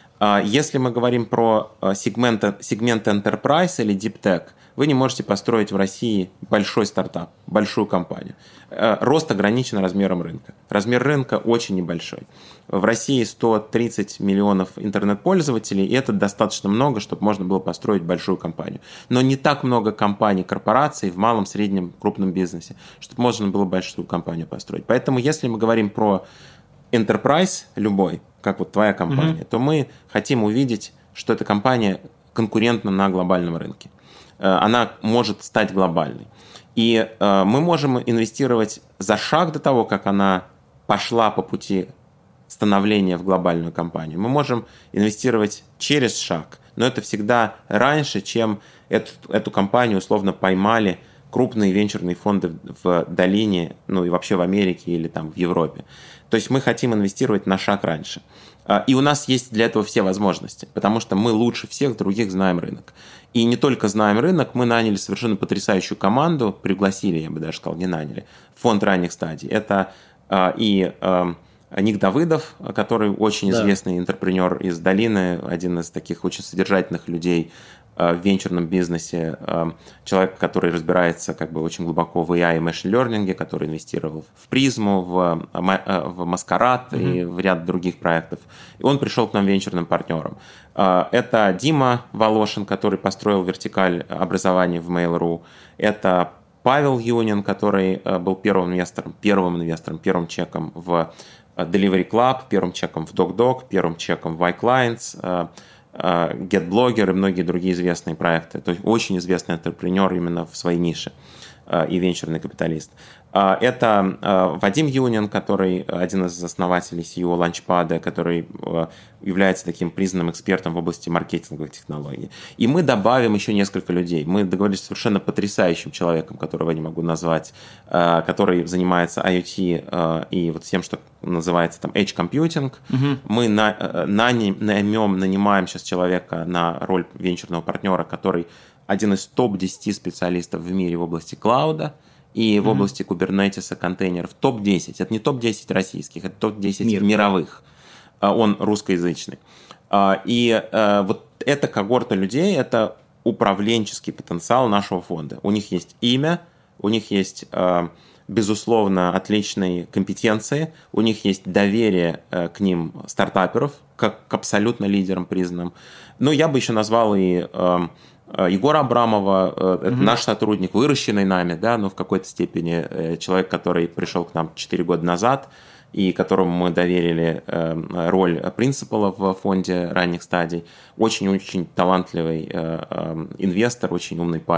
Если мы говорим про сегмент, сегмент Enterprise или Deep Tech, вы не можете построить в России большой стартап, большую компанию. Рост ограничен размером рынка. Размер рынка очень небольшой. В России сто тридцать миллионов интернет-пользователей, и это достаточно много, чтобы можно было построить большую компанию. Но не так много компаний, корпораций в малом, среднем, крупном бизнесе, чтобы можно было большую компанию построить. Поэтому если мы говорим про enterprise любой, как вот твоя компания, mm-hmm. то мы хотим увидеть, что эта компания конкурентна на глобальном рынке. Она может стать глобальной. И мы можем инвестировать за шаг до того, как она пошла по пути становления в глобальную компанию. Мы можем инвестировать через шаг, но это всегда раньше, чем эту, эту компанию условно поймали крупные венчурные фонды в долине, ну и вообще в Америке или там в Европе. То есть мы хотим инвестировать на шаг раньше. И у нас есть для этого все возможности, потому что мы лучше всех других знаем рынок. И не только знаем рынок, мы наняли совершенно потрясающую команду, пригласили, я бы даже сказал, не наняли, фонд ранних стадий. Это и Ник Давыдов, который очень да. известный интерпренер из долины, один из таких очень содержательных людей в венчурном бизнесе, человек, который разбирается как бы очень глубоко в эй ай и machine learning, который инвестировал в Призму, в, в Маскарад mm-hmm. и в ряд других проектов. И он пришел к нам венчурным партнером. Это Дима Волошин, который построил вертикаль образования в Mail.ru. Это Павел Юнин, который был первым инвестором, первым инвестором, первым чеком в Delivery Club, первым чеком в DocDoc, первым чеком в iClients, GetBlogger и многие другие известные проекты. То есть очень известный интерпренер именно в своей нише и венчурный капиталист. Это Вадим Юнин, который один из основателей си и о Launchpad, который является таким признанным экспертом в области маркетинговых технологий. И мы добавим еще несколько людей. Мы договорились с совершенно потрясающим человеком, которого я не могу назвать, который занимается IoT и вот всем, что называется там Edge Computing. Угу. Мы на, наймем, нанимаем сейчас человека на роль венчурного партнера, который один из топ десять специалистов в мире в области клауда и в mm-hmm. области кубернетиса, контейнеров. топ десять. Это не топ десять российских, это топ десять Мир. мировых. Он русскоязычный. И вот эта когорта людей – это управленческий потенциал нашего фонда. У них есть имя, у них есть, безусловно, отличные компетенции, у них есть доверие к ним стартаперов, как к абсолютно лидерам признанным. Но я бы еще назвал и Егора Абрамова, это угу. наш сотрудник, выращенный нами, да, но в какой-то степени человек, который пришел к нам четыре года назад и которому мы доверили роль принципала в фонде ранних стадий. Очень-очень талантливый инвестор, очень умный парень.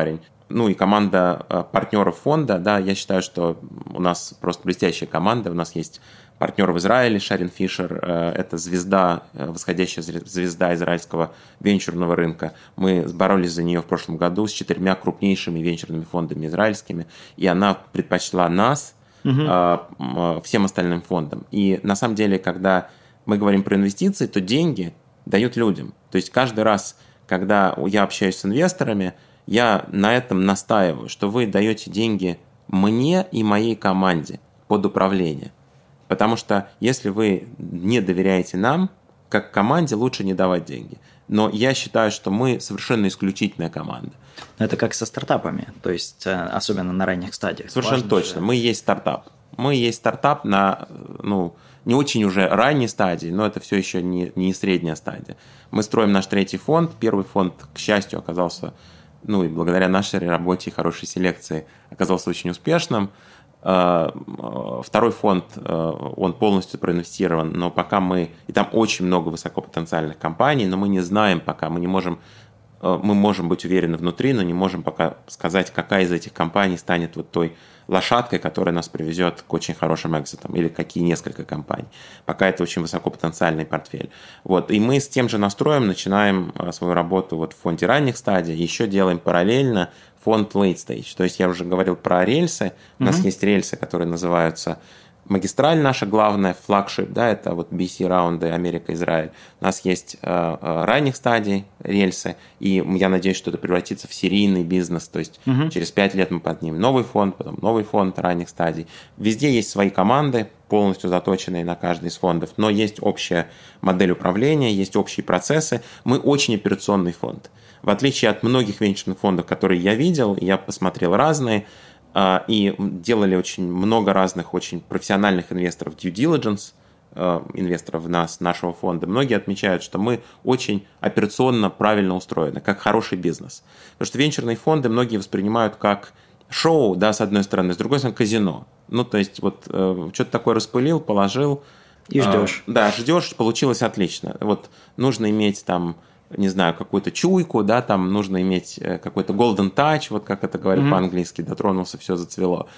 ну и команда партнеров фонда, да, я считаю, что у нас просто блестящая команда, у нас есть партнер в Израиле, Шарин Фишер, это звезда, восходящая звезда израильского венчурного рынка. Мы боролись за нее в прошлом году с четырьмя крупнейшими венчурными фондами израильскими, и она предпочла нас угу. всем остальным фондам. И на самом деле, когда мы говорим про инвестиции, то деньги дают людям. То есть каждый раз, когда я общаюсь с инвесторами, я на этом настаиваю, что вы даете деньги мне и моей команде под управление. Потому что если вы не доверяете нам, как команде лучше не давать деньги. Но я считаю, что мы совершенно исключительная команда. Это как со стартапами, то есть особенно на ранних стадиях. Совершенно Важно точно. Же... Мы есть стартап. Мы есть стартап на, ну, не очень уже ранней стадии, но это все еще не, не средняя стадия. Мы строим наш третий фонд. Первый фонд, к счастью, оказался, ну и благодаря нашей работе и хорошей селекции, оказался очень успешным. Второй фонд, он полностью проинвестирован, но пока мы... И там очень много высокопотенциальных компаний, но мы не знаем пока, мы не можем... Мы можем быть уверены внутри, но не можем пока сказать, какая из этих компаний станет вот той лошадкой, которая нас привезет к очень хорошим экзитам, или какие несколько компаний. Пока это очень высокопотенциальный портфель. Вот. И мы с тем же настроем начинаем свою работу вот в фонде ранних стадий, еще делаем параллельно фонд late stage. То есть я уже говорил про рельсы. У mm-hmm. нас есть рельсы, которые называются магистраль наша главная, флагшип, да, это вот би си-раунды Америка-Израиль. У нас есть э, э, ранних стадий рельсы, и я надеюсь, что это превратится в серийный бизнес, то есть угу. через пять лет мы поднимем новый фонд, потом новый фонд ранних стадий. Везде есть свои команды, полностью заточенные на каждый из фондов, но есть общая модель управления, есть общие процессы. Мы очень операционный фонд. В отличие от многих венчурных фондов, которые я видел, я посмотрел разные, и делали очень много разных очень профессиональных инвесторов due diligence, инвесторов в нас, нашего фонда. Многие отмечают, что мы очень операционно правильно устроены, как хороший бизнес. Потому что венчурные фонды многие воспринимают как шоу, да, с одной стороны, с другой стороны, казино. Ну, то есть, вот что-то такое распылил, положил. И ждешь. Да, ждешь, получилось отлично. Вот нужно иметь там, не знаю, какую-то чуйку, да, там нужно иметь какой-то golden touch, вот как это говорят mm-hmm. по-английски, дотронулся, все зацвело.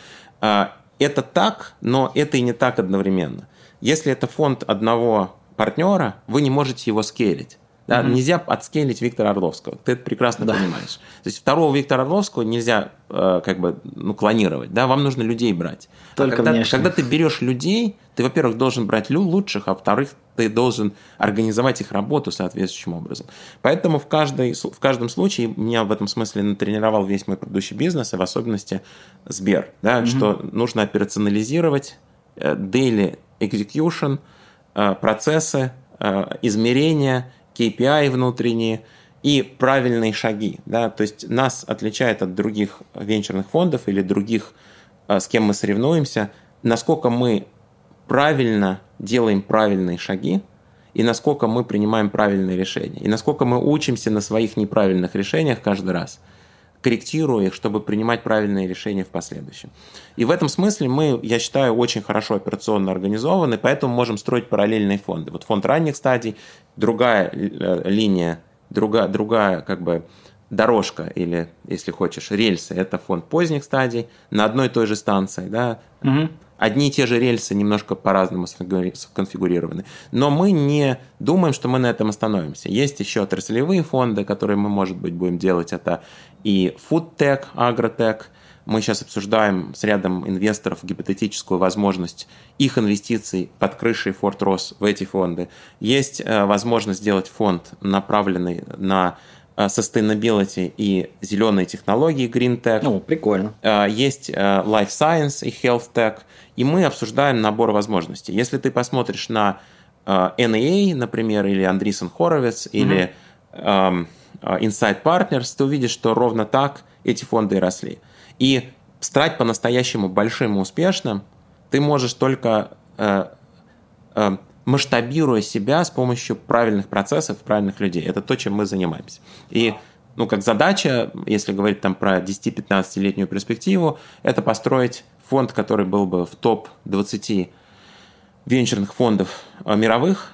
Это так, но это и не так одновременно. Если это фонд одного партнера, вы не можете его скейлить. Да? Mm-hmm. Нельзя отскейлить Виктора Орловского, ты это прекрасно да. понимаешь. То есть второго Виктора Орловского нельзя э, как бы, ну, клонировать, да? Вам нужно людей брать. Только а когда, внешне. когда ты берешь людей, ты, во-первых, должен брать лучших, а во-вторых, ты должен организовать их работу соответствующим образом. Поэтому в, каждой, в каждом случае меня в этом смысле натренировал весь мой предыдущий бизнес, и в особенности Сбер, да? Mm-hmm. Что нужно операционализировать э, daily execution, э, процессы, э, измерения, кей пи ай внутренние и правильные шаги. Да? То есть нас отличает от других венчурных фондов или других, с кем мы соревнуемся, насколько мы правильно делаем правильные шаги и насколько мы принимаем правильные решения. И насколько мы учимся на своих неправильных решениях каждый раз, корректируя их, чтобы принимать правильные решения в последующем. И в этом смысле мы, я считаю, очень хорошо операционно организованы, поэтому можем строить параллельные фонды. Вот фонд ранних стадий, другая линия, другая, другая как бы дорожка или, если хочешь, рельсы, это фонд поздних стадий на одной и той же станции, да, угу. Одни и те же рельсы немножко по-разному сконфигурированы. Но мы не думаем, что мы на этом остановимся. Есть еще отраслевые фонды, которые мы, может быть, будем делать. Это и фудтек, агротек. Мы сейчас обсуждаем с рядом инвесторов гипотетическую возможность их инвестиций под крышей Форт Росс в эти фонды. Есть возможность сделать фонд, направленный на sustainability и зеленые технологии, green tech. Ну, прикольно. Есть life science и health tech. И мы обсуждаем набор возможностей. Если ты посмотришь на эн эй эй, например, или Andreessen Horowitz, mm-hmm. или um, Insight Partners, ты увидишь, что ровно так эти фонды и росли. И стать по-настоящему большим и успешным ты можешь только uh, uh, масштабируя себя с помощью правильных процессов, правильных людей. Это то, чем мы занимаемся. И ну, как задача, если говорить там про десять-пятнадцатилетнюю перспективу, это построить фонд, который был бы в топ двадцати венчурных фондов мировых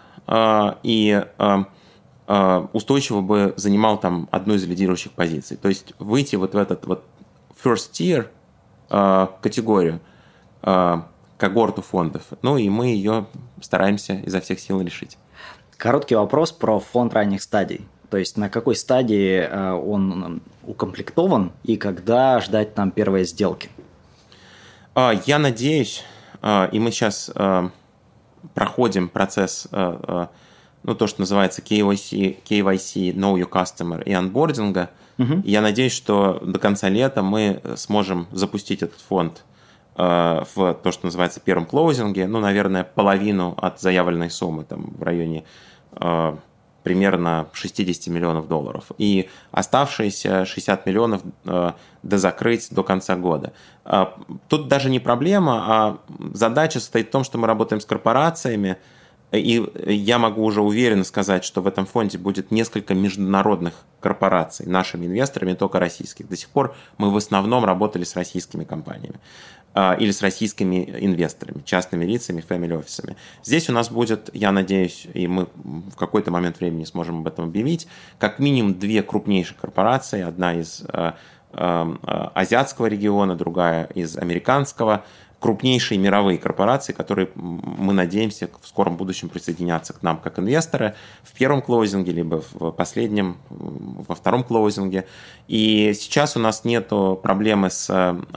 и устойчиво бы занимал там одну из лидирующих позиций. То есть выйти вот в этот вот first tier э, категорию, э, когорту фондов. Ну и мы ее стараемся изо всех сил решить. Короткий вопрос про фонд ранних стадий. То есть на какой стадии э, он укомплектован и когда ждать там первые сделки? Э, я надеюсь, э, и мы сейчас э, проходим процесс, э, э, ну то, что называется кей вай си, кей вай си, Know Your Customer и анбординга. Угу. Я надеюсь, что до конца лета мы сможем запустить этот фонд в то, что называется первом клоузинге, ну, наверное, половину от заявленной суммы, там, в районе э, примерно шестьдесят миллионов долларов. И оставшиеся шестьдесят миллионов э, дозакрыть до конца года. Э, тут даже не проблема, а задача состоит в том, что мы работаем с корпорациями, и я могу уже уверенно сказать, что в этом фонде будет несколько международных корпораций, нашими инвесторами, не только российских. До сих пор мы в основном работали с российскими компаниями или с российскими инвесторами, частными лицами, фэмили-офисами. Здесь у нас будет, я надеюсь, и мы в какой-то момент времени сможем об этом объявить, как минимум две крупнейшие корпорации, одна из э, э, азиатского региона, другая из американского, крупнейшие мировые корпорации, которые, мы надеемся, в скором будущем присоединятся к нам как инвесторы в первом клоузинге, либо в последнем, во втором клоузинге. И сейчас у нас нет проблемы с,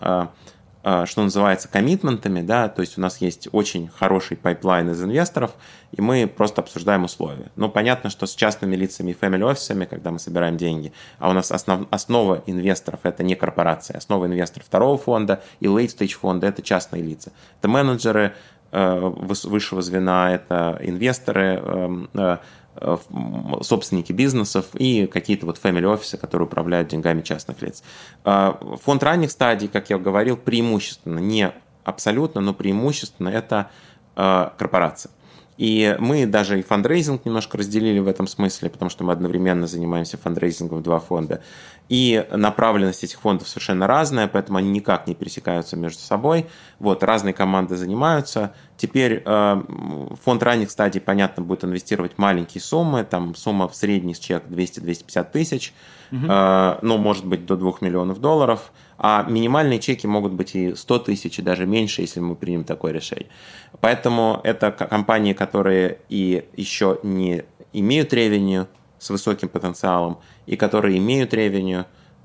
что называется, коммитментами, да, то есть у нас есть очень хороший пайплайн из инвесторов, и мы просто обсуждаем условия. Но понятно, что с частными лицами и фэмили-офисами, когда мы собираем деньги, а у нас основ, основа инвесторов – это не корпорация, основа инвесторов второго фонда и late-stage фонда – это частные лица. Это менеджеры э, высшего звена, это инвесторы, э, э, собственники бизнесов и какие-то вот family-офисы, которые управляют деньгами частных лиц. Фонд ранних стадий, как я говорил, преимущественно, не абсолютно, но преимущественно это корпорации. И мы даже и фандрейзинг немножко разделили в этом смысле, потому что мы одновременно занимаемся фандрейзингом в два фонда. И направленность этих фондов совершенно разная, поэтому они никак не пересекаются между собой. Вот, разные команды занимаются. Теперь э, фонд ранних стадий, понятно, будет инвестировать маленькие суммы. Там сумма в средний чек двести - двести пятьдесят тысяч, угу. э, ну, может быть, до двух миллионов долларов. А минимальные чеки могут быть и сто тысяч, и даже меньше, если мы примем такое решение. Поэтому это компании, которые и еще не имеют ревеню с высоким потенциалом, и которые имеют ревеню,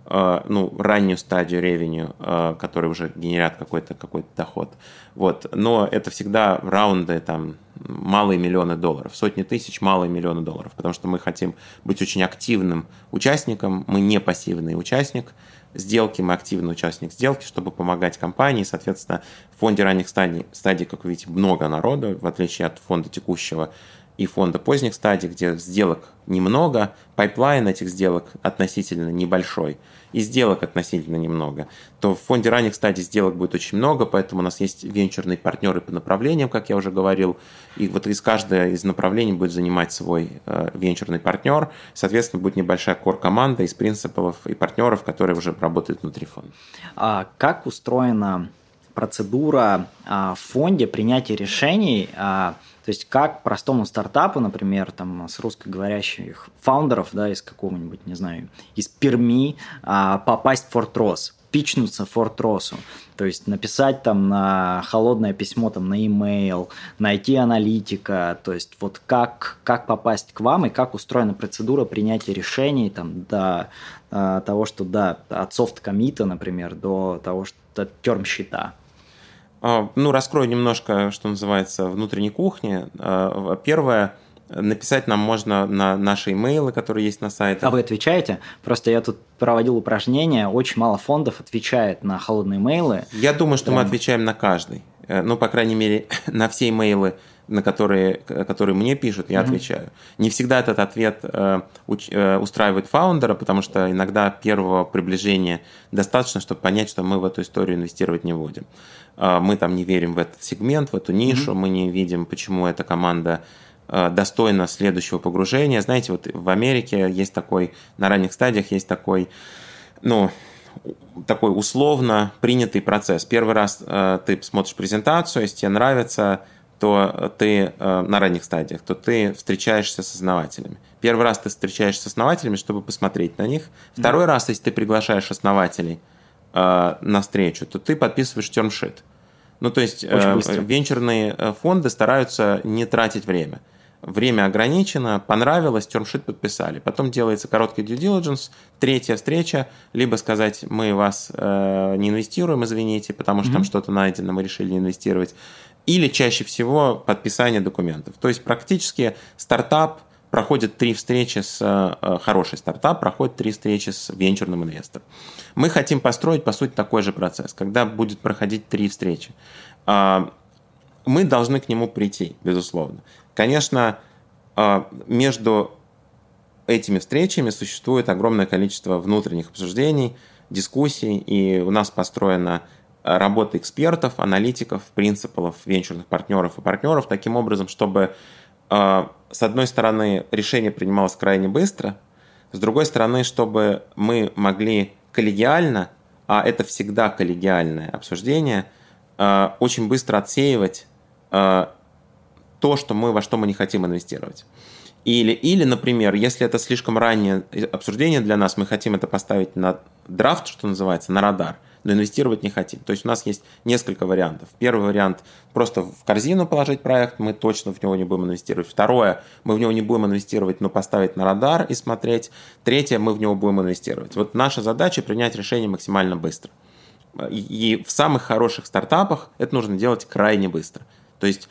ну, раннюю стадию ревеню, которые уже генерят какой-то, какой-то доход. Вот. Но это всегда раунды, там, малые миллионы долларов, сотни тысяч, малые миллионы долларов, потому что мы хотим быть очень активным участником, мы не пассивный участник сделки, мы активный участник сделки, чтобы помогать компании. Соответственно, в фонде ранних стадий, стадий, как вы видите, много народу, в отличие от фонда текущего и фонда поздних стадий, где сделок немного, пайплайн этих сделок относительно небольшой, и сделок относительно немного, то в фонде ранних стадий сделок будет очень много, поэтому у нас есть венчурные партнеры по направлениям, как я уже говорил, и вот из каждого из направлений будет занимать свой э, венчурный партнер, соответственно, будет небольшая кор-команда из принципов и партнеров, которые уже работают внутри фонда. А как устроена процедура а, в фонде принятия решений, а, то есть как простому стартапу, например, там, с русскоговорящих фаундеров, да, из какого-нибудь, не знаю, из Перми, а, попасть в Фортрос, пичнуться Фортросу, то есть написать там на холодное письмо, там, на имейл, найти аналитика, то есть вот как, как попасть к вам и как устроена процедура принятия решений там, до а, того, что да, от софт-коммита, например, до того, что терм-щита. Ну, раскрою немножко, что называется, внутренней кухни. Первое, написать нам можно на наши имейлы, которые есть на сайте. А вы отвечаете? Просто я тут проводил упражнения, очень мало фондов отвечает на холодные имейлы. Я думаю, что Прям... мы отвечаем на каждый. Ну, по крайней мере, на все имейлы, на которые, которые мне пишут, я mm-hmm. отвечаю. Не всегда этот ответ э, уч, э, устраивает фаундера, потому что иногда первого приближения достаточно, чтобы понять, что мы в эту историю инвестировать не будем. Э, мы там не верим в этот сегмент, в эту нишу, mm-hmm. мы не видим, почему эта команда э, достойна следующего погружения. Знаете, вот в Америке есть такой, на ранних стадиях есть такой, ну, такой условно принятый процесс. Первый раз э, ты смотришь презентацию, если тебе нравится, то ты э, на ранних стадиях, то ты встречаешься с основателями. Первый раз ты встречаешься с основателями, чтобы посмотреть на них. Второй mm-hmm. раз, если ты приглашаешь основателей э, навстречу, то ты подписываешь термшит. Ну, то есть э, венчурные фонды стараются не тратить время. Время ограничено, понравилось, термшит подписали. Потом делается короткий due diligence, третья встреча, либо сказать, мы вас э, не инвестируем, извините, потому что mm-hmm. там что-то найдено, мы решили не инвестировать. Или чаще всего подписание документов. То есть практически стартап проходит три встречи с... Э, хороший стартап проходит три встречи с венчурным инвестором. Мы хотим построить, по сути, такой же процесс, когда будет проходить три встречи. Э, мы должны к нему прийти, безусловно. Конечно, между этими встречами существует огромное количество внутренних обсуждений, дискуссий, и у нас построена работа экспертов, аналитиков, принципалов, венчурных партнеров и партнеров таким образом, чтобы, с одной стороны, решение принималось крайне быстро, с другой стороны, чтобы мы могли коллегиально, а это всегда коллегиальное обсуждение, очень быстро отсеивать то, что мы, во что мы не хотим инвестировать. Или, или, например, если это слишком раннее обсуждение для нас, мы хотим это поставить на драфт, что называется, на радар, но инвестировать не хотим. То есть у нас есть несколько вариантов. Первый вариант – просто в корзину положить проект, мы точно в него не будем инвестировать. Второе – мы в него не будем инвестировать, но поставить на радар и смотреть. Третье – мы в него будем инвестировать. Вот наша задача – принять решение максимально быстро. И в самых хороших стартапах это нужно делать крайне быстро. То есть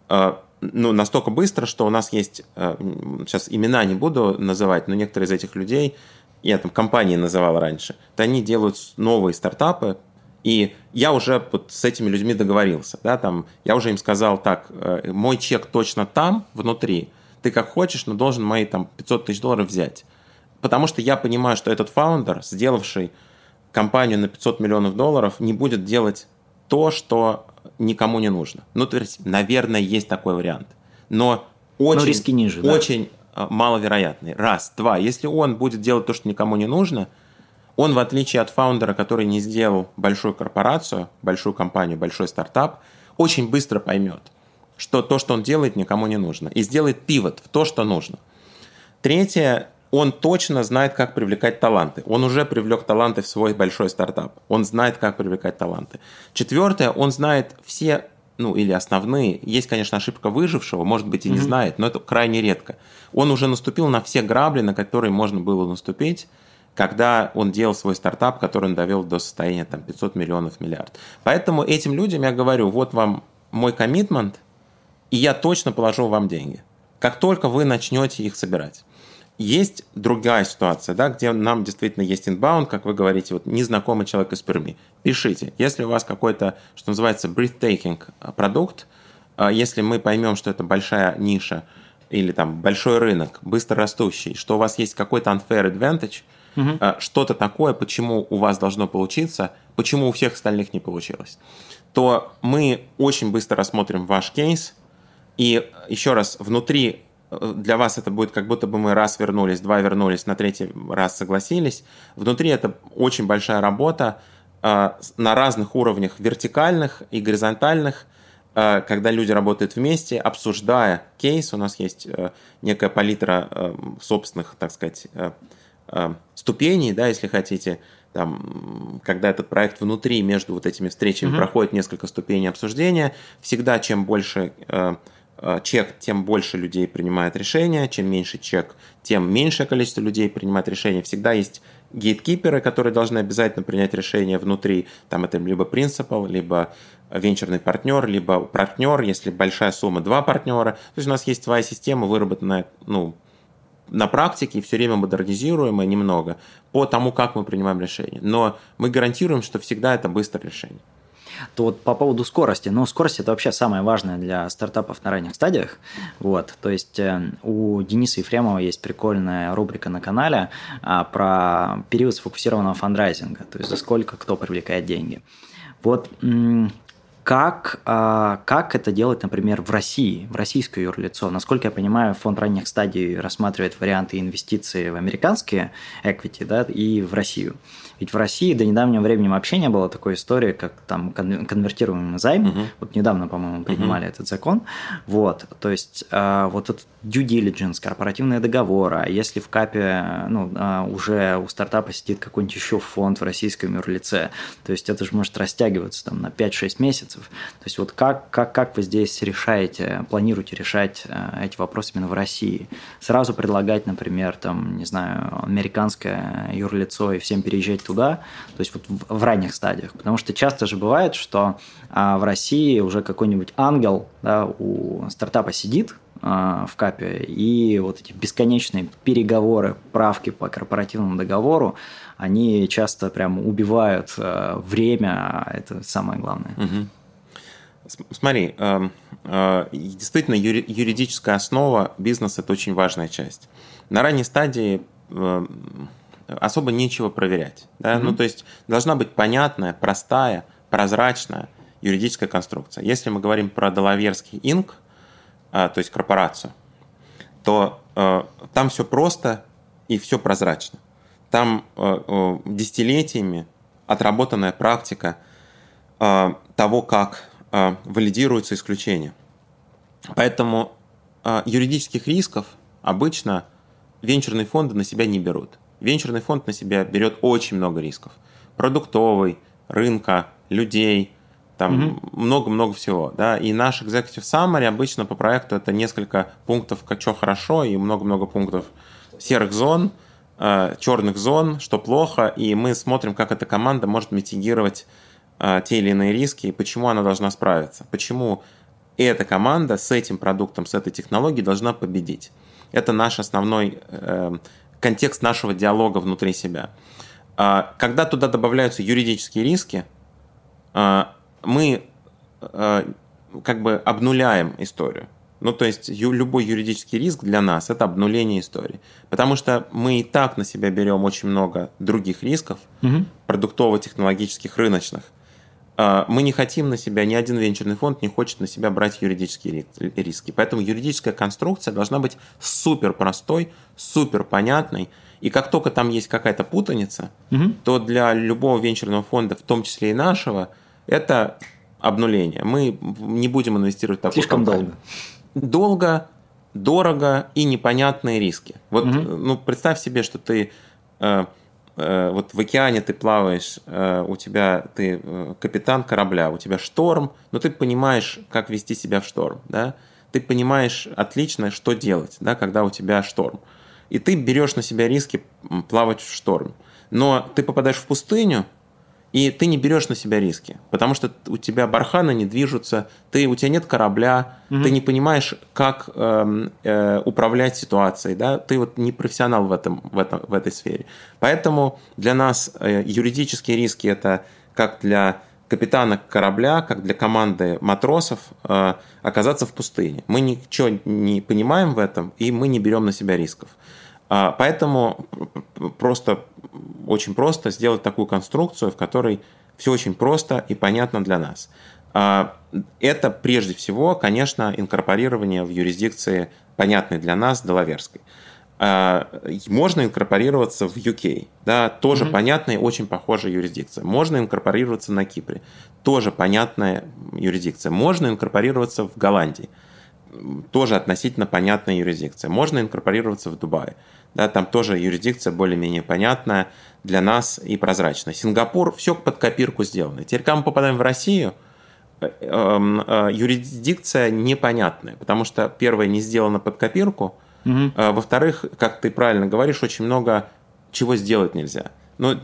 ну, настолько быстро, что у нас есть, сейчас имена не буду называть, но некоторые из этих людей, я там компании называл раньше, то они делают новые стартапы, и я уже вот с этими людьми договорился, да, там, я уже им сказал, так, мой чек точно там, внутри, ты как хочешь, но должен мои там пятьсот тысяч долларов взять. Потому что я понимаю, что этот фаундер, сделавший компанию на пятьсот миллионов долларов, не будет делать то, что никому не нужно. Ну, то есть, наверное, есть такой вариант. Но очень, но риски ниже, очень да? маловероятный. Раз. Два. Если он будет делать то, что никому не нужно, он, в отличие от фаундера, который не сделал большую корпорацию, большую компанию, большой стартап, очень быстро поймет, что то, что он делает, никому не нужно. И сделает пивот в то, что нужно. Третье. Он точно знает, как привлекать таланты. Он уже привлек таланты в свой большой стартап. Он знает, как привлекать таланты. Четвертое, он знает все, ну или основные. Есть, конечно, ошибка выжившего, может быть, и не mm-hmm. знает, но это крайне редко. Он уже наступил на все грабли, на которые можно было наступить, когда он делал свой стартап, который он довел до состояния там, пятьсот миллионов, миллиард. Поэтому этим людям я говорю, вот вам мой коммитмент, и я точно положу вам деньги, как только вы начнете их собирать. Есть другая ситуация, да, где нам действительно есть инбаунд, как вы говорите, вот незнакомый человек из Перми. Пишите, если у вас какой-то, что называется, breathtaking продукт, если мы поймем, что это большая ниша или там большой рынок, быстро растущий, что у вас есть какой-то unfair advantage, угу. что-то такое, почему у вас должно получиться, почему у всех остальных не получилось, то мы очень быстро рассмотрим ваш кейс, и еще раз, внутри для вас это будет как будто бы мы раз вернулись, два вернулись, на третий раз согласились. Внутри это очень большая работа э, на разных уровнях вертикальных и горизонтальных, э, когда люди работают вместе, обсуждая кейс. У нас есть э, некая палитра э, собственных, так сказать, э, э, ступеней, да, если хотите, там, когда этот проект внутри между вот этими встречами mm-hmm. проходит несколько ступеней обсуждения. Всегда чем больше э, чек, тем больше людей принимает решения, чем меньше чек, тем меньшее количество людей принимает решения. Всегда есть гейткиперы, которые должны обязательно принять решение внутри. Там это либо принципал, либо венчурный партнер, либо партнер, если большая сумма, два партнера. То есть у нас есть своя система, выработанная ну, на практике, и все время модернизируемая немного по тому, как мы принимаем решения. Но мы гарантируем, что всегда это быстрое решение. То вот по поводу скорости. Ну, скорость – это вообще самое важное для стартапов на ранних стадиях. Вот. То есть у Дениса Ефремова есть прикольная рубрика на канале а, про период сфокусированного фандрайзинга, то есть за сколько кто привлекает деньги. Вот м- Как, как это делать, например, в России, в российское юрлицо? Насколько я понимаю, фонд ранних стадий рассматривает варианты инвестиций в американские equity, да, и в Россию. Ведь в России до недавнего времени вообще не было такой истории, как там конвертируемый займ. Uh-huh. Вот недавно, по-моему, принимали uh-huh. этот закон. Вот, то есть вот этот due diligence, корпоративные договоры. А если в КАПе ну, уже у стартапа сидит какой-нибудь еще фонд в российском юрлице, то есть это же может растягиваться там, на пять-шесть месяцев. То есть вот как, как, как вы здесь решаете, планируете решать эти вопросы именно в России? Сразу предлагать, например, там, не знаю, американское юрлицо и всем переезжать туда, то есть вот в, в ранних стадиях. Потому что часто же бывает, что а, в России уже какой-нибудь ангел, да, у стартапа сидит а, в КАПе, и вот эти бесконечные переговоры, правки по корпоративному договору, они часто прям убивают а, время, это самое главное. Угу. Смотри, э, э, действительно юри, юридическая основа бизнеса – это очень важная часть. На ранней стадии э, особо нечего проверять. Да? Mm-hmm. Ну, то есть должна быть понятная, простая, прозрачная юридическая конструкция. Если мы говорим про Делаверский инк, то есть корпорацию, то э, там все просто и все прозрачно. Там э, э, десятилетиями отработанная практика э, того, как э, валидируются исключения. Поэтому э, юридических рисков обычно венчурные фонды на себя не берут. Венчурный фонд на себя берет очень много рисков. Продуктовый, рынка, людей, там mm-hmm. много-много всего. Да? И наш executive summary обычно по проекту это несколько пунктов, что хорошо, и много-много пунктов серых зон, э, черных зон, что плохо, и мы смотрим, как эта команда может митигировать э, те или иные риски, и почему она должна справиться. Почему эта команда с этим продуктом, с этой технологией должна победить. Это наш основной э, контекст нашего диалога внутри себя. Когда туда добавляются юридические риски, мы как бы обнуляем историю. Ну, то есть любой юридический риск для нас – это обнуление истории. Потому что мы и так на себя берем очень много других рисков, угу. продуктово-технологических, рыночных. Мы не хотим на себя, ни один венчурный фонд не хочет на себя брать юридические риски. Поэтому юридическая конструкция должна быть супер простой, супер понятной. И как только там есть какая-то путаница, угу. то для любого венчурного фонда, в том числе и нашего, это обнуление. Мы не будем инвестировать в такую Слишком компанию. долго. Долго, дорого и непонятные риски. Вот, угу. ну, представь себе, что ты... Вот в океане ты плаваешь, у тебя ты капитан корабля, у тебя шторм, но ты понимаешь, как вести себя в шторм, да? Ты понимаешь отлично, что делать, да, когда у тебя шторм. И ты берешь на себя риски плавать в шторм. Но ты попадаешь в пустыню, и ты не берешь на себя риски, потому что у тебя барханы не движутся, ты, у тебя нет корабля, угу. ты не понимаешь, как э, э, управлять ситуацией, да? Ты вот не профессионал в, этом, в, этом, в этой сфере. Поэтому для нас э, юридические риски – это как для капитана корабля, как для команды матросов э, оказаться в пустыне. Мы ничего не понимаем в этом, и мы не берем на себя рисков. Поэтому просто, очень просто сделать такую конструкцию, в которой все очень просто и понятно для нас. Это прежде всего, конечно, инкорпорирование в юрисдикции, понятной для нас, делаверской. Можно инкорпорироваться в ю кей, да, тоже mm-hmm. понятная и очень похожая юрисдикция. Можно инкорпорироваться на Кипре, тоже понятная юрисдикция. Можно инкорпорироваться в Голландии, тоже относительно понятная юрисдикция. Можно инкорпорироваться в Дубае. Да, там тоже юрисдикция более-менее понятная для нас и прозрачная. Сингапур, все под копирку сделано. Теперь, когда мы попадаем в Россию, юрисдикция непонятная, потому что, первое, не сделано под копирку, угу. а, во-вторых, как ты правильно говоришь, очень много чего сделать нельзя. Ну,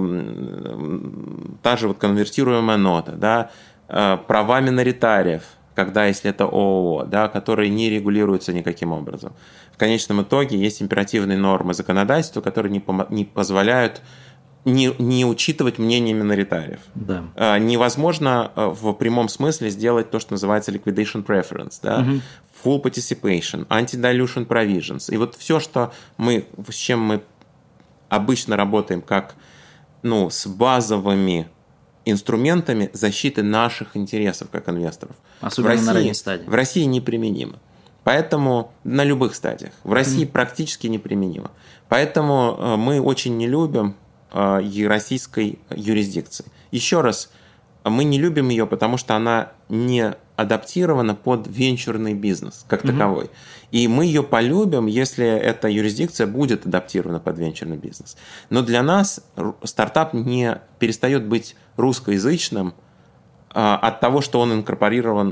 та же вот конвертируемая нота, да, права миноритариев, когда, если это ООО, да, которые не регулируются никаким образом. В конечном итоге есть императивные нормы законодательства, которые не, пом- не позволяют не, не учитывать мнение миноритариев. Да. Невозможно в прямом смысле сделать то, что называется liquidation preference, да? Угу. Full participation, anti-dilution provisions. И вот все, что мы, с чем мы обычно работаем, как ну, с базовыми инструментами защиты наших интересов как инвесторов. Особенно в России, на ранней стадии. В России неприменимо. Поэтому на любых стадиях. В России mm. практически неприменимо. Поэтому мы очень не любим российской юрисдикции. Еще раз, мы не любим ее, потому что она не адаптирована под венчурный бизнес как mm-hmm. таковой. И мы ее полюбим, если эта юрисдикция будет адаптирована под венчурный бизнес. Но для нас стартап не перестает быть русскоязычным от того, что он инкорпорирован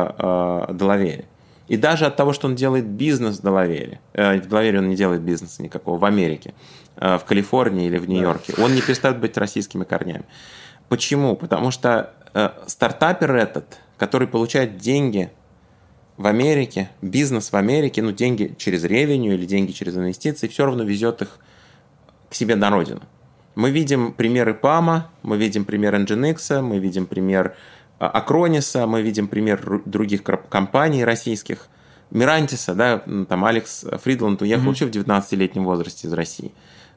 в Делавере. И даже от того, что он делает бизнес в Делавере. В Делавере он не делает бизнеса никакого, в Америке, в Калифорнии или в Нью-Йорке. Он не перестает быть российскими корнями. Почему? Потому что стартапер этот, который получает деньги в Америке, бизнес в Америке, ну, деньги через ревеню или деньги через инвестиции, все равно везет их к себе на родину. Мы видим примеры ПАМа, мы видим пример Nginx, мы видим пример Акрониса, мы видим пример других компаний российских, Мирантиса, да, там Алекс Фридланд уехал mm-hmm. вообще в девятнадцатилетнем возрасте из России.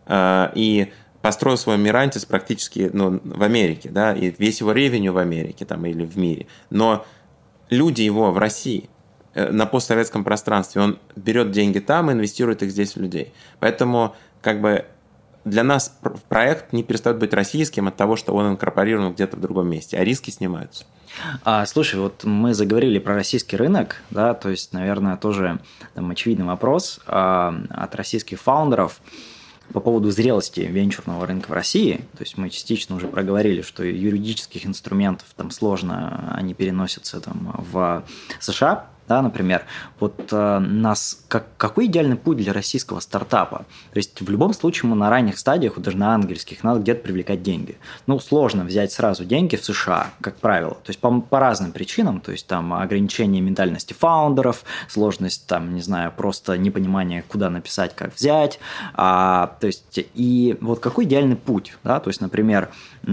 И построил свой Мирантис практически ну, в Америке, да, и весь его ревеню в Америке там, или в мире. Но люди его в России, на постсоветском пространстве, он берет деньги там и инвестирует их здесь в людей. Поэтому как бы для нас проект не перестает быть российским от того, что он инкорпорирован где-то в другом месте, а риски снимаются. А, слушай, вот мы заговорили про российский рынок, да, то есть, наверное, тоже там, очевидный вопрос а, от российских фаундеров по поводу зрелости венчурного рынка в России. То есть мы частично уже проговорили, что юридических инструментов там сложно, они переносятся там, в США. Да, например, вот э, нас как, какой идеальный путь для российского стартапа? То есть в любом случае мы на ранних стадиях, вот даже на ангельских, надо где-то привлекать деньги. Ну, сложно взять сразу деньги в США, как правило. То есть по, по разным причинам, то есть там ограничение ментальности фаундеров, сложность там, не знаю, просто непонимание, куда написать, как взять. А, то есть и вот какой идеальный путь? Да? То есть, например,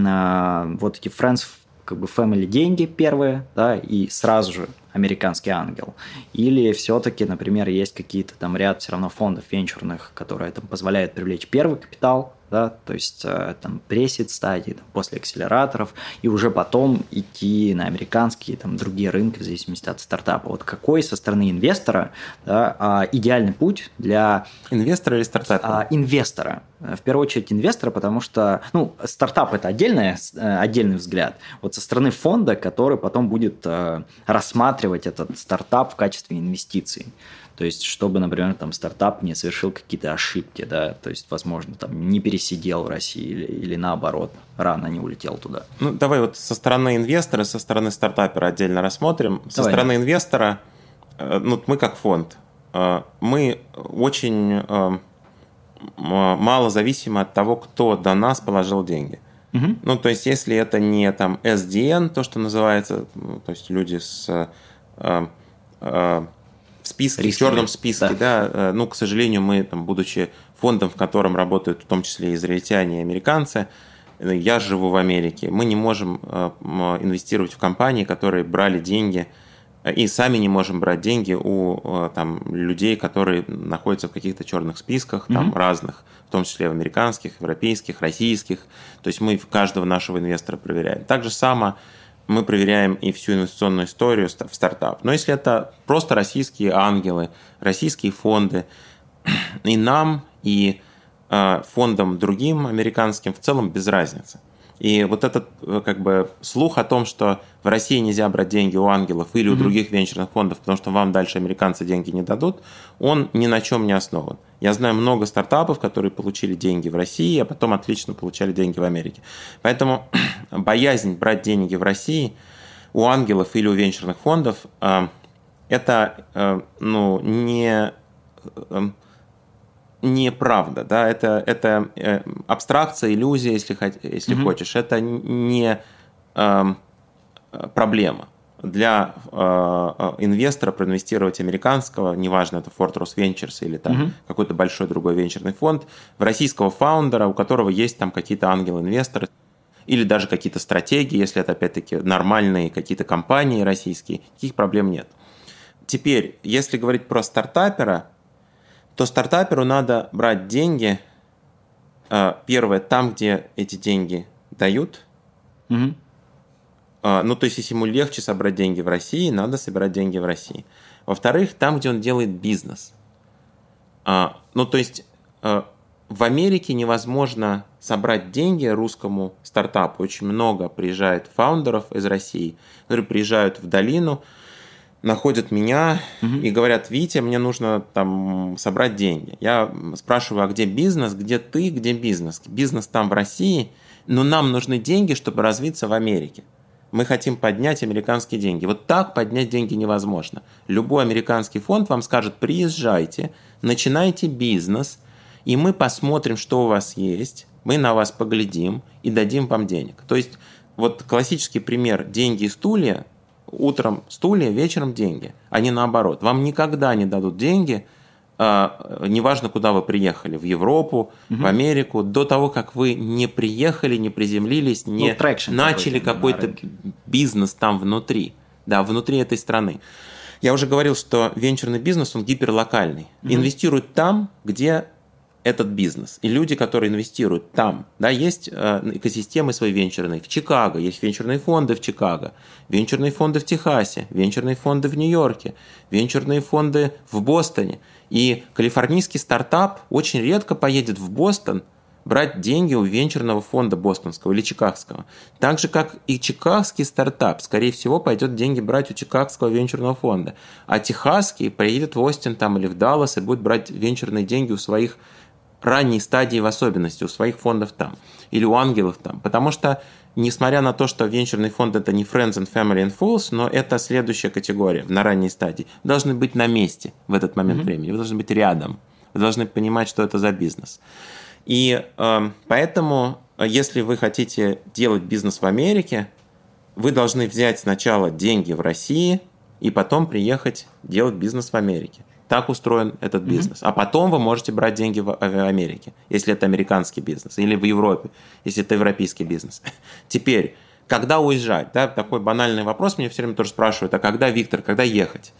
э, вот эти friends, как бы family деньги первые, да, и сразу же американский ангел. Или все-таки, например, есть какие-то там ряд все равно фондов венчурных, которые там позволяют привлечь первый капитал, да, то есть там пресид стадии, там, после акселераторов, и уже потом идти на американские, там, другие рынки в зависимости от стартапа. Вот какой со стороны инвестора, да, идеальный путь для... Инвестора или стартапа? Инвестора. В первую очередь инвестора, потому что, ну, стартап – это отдельный, отдельный взгляд. Вот со стороны фонда, который потом будет рассматривать этот стартап в качестве инвестиций. То есть, чтобы, например, там стартап не совершил какие-то ошибки, да, то есть, возможно, там не пересидел в России или, или наоборот, рано не улетел туда. Ну, давай вот со стороны инвестора, со стороны стартапера отдельно рассмотрим. Со давай. стороны инвестора, ну, мы как фонд, мы очень мало зависимы от того, кто до нас положил деньги. Угу. Ну, то есть, если это не там эс ди эн, то, что называется, то есть, люди с... в списке, Риски. в черном списке, да. да, ну, к сожалению, мы, там, будучи фондом, в котором работают в том числе израильтяне и американцы, я живу в Америке, мы не можем инвестировать в компании, которые брали деньги, и сами не можем брать деньги у там, людей, которые находятся в каких-то черных списках, там, mm-hmm. разных, в том числе в американских, европейских, российских, то есть мы каждого нашего инвестора проверяем. Так же само мы проверяем и всю инвестиционную историю в стартап. Но если это просто российские ангелы, российские фонды, и нам, и э, фондам другим американским в целом без разницы. И вот этот как бы слух о том, что в России нельзя брать деньги у ангелов или у mm-hmm. других венчурных фондов, потому что вам дальше американцы деньги не дадут, он ни на чем не основан. Я знаю много стартапов, которые получили деньги в России, а потом отлично получали деньги в Америке. Поэтому боязнь брать деньги в России у ангелов или у венчурных фондов – это ну, не… неправда, да, это, это э, абстракция, иллюзия, если, если mm-hmm. хочешь, это не э, проблема для э, инвестора проинвестировать американского, неважно, это Fortress Ventures или там mm-hmm. какой-то большой другой венчурный фонд, в российского фаундера, у которого есть там какие-то ангелы-инвесторы, или даже какие-то стратегии, если это, опять-таки, нормальные какие-то компании российские, никаких проблем нет. Теперь, если говорить про стартапера, то стартаперу надо брать деньги, первое, там, где эти деньги дают, угу. Ну, то есть, если ему легче собрать деньги в России, надо собирать деньги в России. Во-вторых, там, где он делает бизнес. Ну, то есть, в Америке невозможно собрать деньги русскому стартапу. Очень много приезжает фаундеров из России, которые приезжают в долину, находят меня угу. и говорят: Витя, мне нужно там собрать деньги. Я спрашиваю: а где бизнес, где ты, где бизнес? Бизнес там в России, но нам нужны деньги, чтобы развиться в Америке. Мы хотим поднять американские деньги. Вот так поднять деньги невозможно. Любой американский фонд вам скажет: приезжайте, начинайте бизнес, и мы посмотрим, что у вас есть, мы на вас поглядим и дадим вам денег. То есть вот классический пример: деньги и стулья. Утром стулья, вечером деньги, а не наоборот. Вам никогда не дадут деньги, э, неважно, куда вы приехали, в Европу, угу. в Америку, до того, как вы не приехали, не приземлились, не ну, начали какой-то, какой-то бизнес там внутри, да, внутри этой страны. Я уже говорил, что венчурный бизнес, он гиперлокальный. Угу. Инвестируют там, где этот бизнес. И люди, которые инвестируют там, да, есть э, экосистемы свои венчурные. В Чикаго есть венчурные фонды в Чикаго, венчурные фонды в Техасе, венчурные фонды в Нью-Йорке, венчурные фонды в Бостоне. И калифорнийский стартап очень редко поедет в Бостон брать деньги у венчурного фонда бостонского или чикагского. Так же, как и чикагский стартап, скорее всего, пойдет деньги брать у чикагского венчурного фонда. А техасский приедет в Остин там, или в Даллас и будет брать венчурные деньги у своих ранней стадии в особенности, у своих фондов там, или у ангелов там. Потому что, несмотря на то, что венчурный фонд – это не Friends and Family and Fools, но это следующая категория на ранней стадии. Вы должны быть на месте в этот момент mm-hmm. времени, вы должны быть рядом, вы должны понимать, что это за бизнес. И э, поэтому, если вы хотите делать бизнес в Америке, вы должны взять сначала деньги в России и потом приехать делать бизнес в Америке. Так устроен этот бизнес. Mm-hmm. А потом вы можете брать деньги в Америке, если это американский бизнес, или в Европе, если это европейский бизнес. Теперь, когда уезжать? Да, такой банальный вопрос меня все время тоже спрашивают: а когда, Виктор, когда ехать?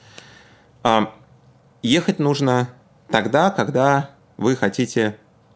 А, ехать нужно тогда, когда вы хотите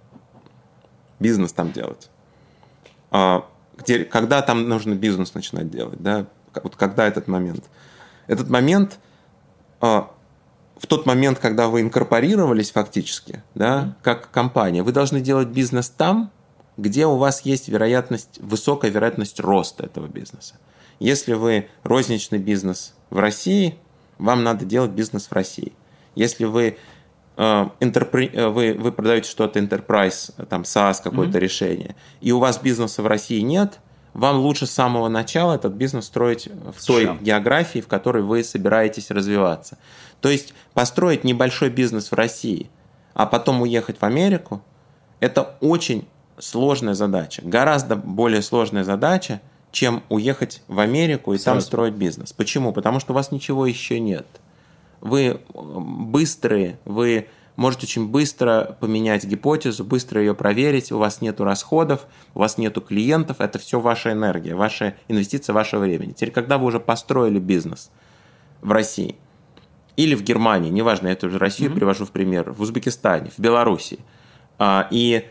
бизнес там делать. А, где, когда там нужно бизнес начинать делать? Да? Вот когда этот момент? Этот момент... А, в тот момент, когда вы инкорпорировались фактически, да, как компания, вы должны делать бизнес там, где у вас есть вероятность, высокая вероятность роста этого бизнеса. Если вы розничный бизнес в России, вам надо делать бизнес в России. Если вы, э, интерпри, вы, вы продаете что-то enterprise, там SaaS, какое-то mm-hmm. решение, и у вас бизнеса в России нет, вам лучше с самого начала этот бизнес строить в той США. Географии, в которой вы собираетесь развиваться. То есть построить небольшой бизнес в России, а потом уехать в Америку, это очень сложная задача. Гораздо более сложная задача, чем уехать в Америку и Сразу. Там строить бизнес. Почему? Потому что у вас ничего еще нет. Вы быстрые, вы можете очень быстро поменять гипотезу, быстро ее проверить, у вас нет расходов, у вас нет клиентов, это все ваша энергия, ваша инвестиция вашего времени. Теперь, когда вы уже построили бизнес в России или в Германии, неважно, я эту же Россию mm-hmm. привожу в пример, в Узбекистане, в Беларуси, и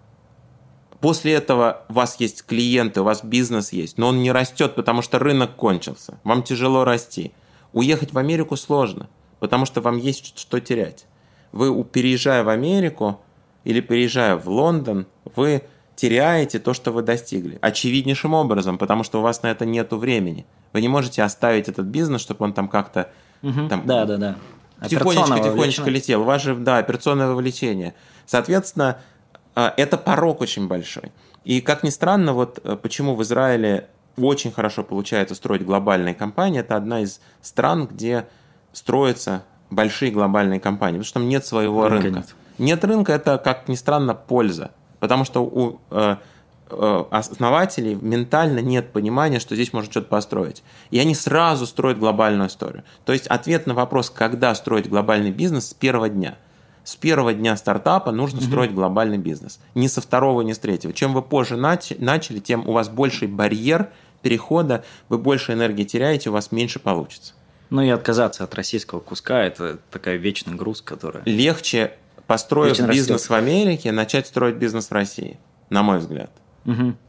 после этого у вас есть клиенты, у вас бизнес есть, но он не растет, потому что рынок кончился, вам тяжело расти. Уехать в Америку сложно, потому что вам есть что терять. Вы, переезжая в Америку или переезжая в Лондон, вы теряете то, что вы достигли. Очевиднейшим образом, потому что у вас на это нет времени. Вы не можете оставить этот бизнес, чтобы он там как-то угу. там, да, да, да. тихонечко-тихонечко летел. У вас же, да, операционное вовлечение. Соответственно, это порог очень большой. И, как ни странно, вот почему в Израиле очень хорошо получается строить глобальные компании, это одна из стран, где строятся большие глобальные компании, потому что там нет своего рынка. рынка. Нет. нет рынка – это, как ни странно, польза. Потому что у э, э, основателей ментально нет понимания, что здесь можно что-то построить. И они сразу строят глобальную историю. То есть ответ на вопрос, когда строить глобальный бизнес, с первого дня. С первого дня стартапа нужно угу. строить глобальный бизнес. Не со второго, не с третьего. Чем вы позже нач- начали, тем у вас больший барьер перехода, вы больше энергии теряете, у вас меньше получится. Ну и отказаться от российского куска – это такая вечный груз, который… Легче, построив Вечен бизнес растет. в Америке, начать строить бизнес в России, на мой взгляд. Угу.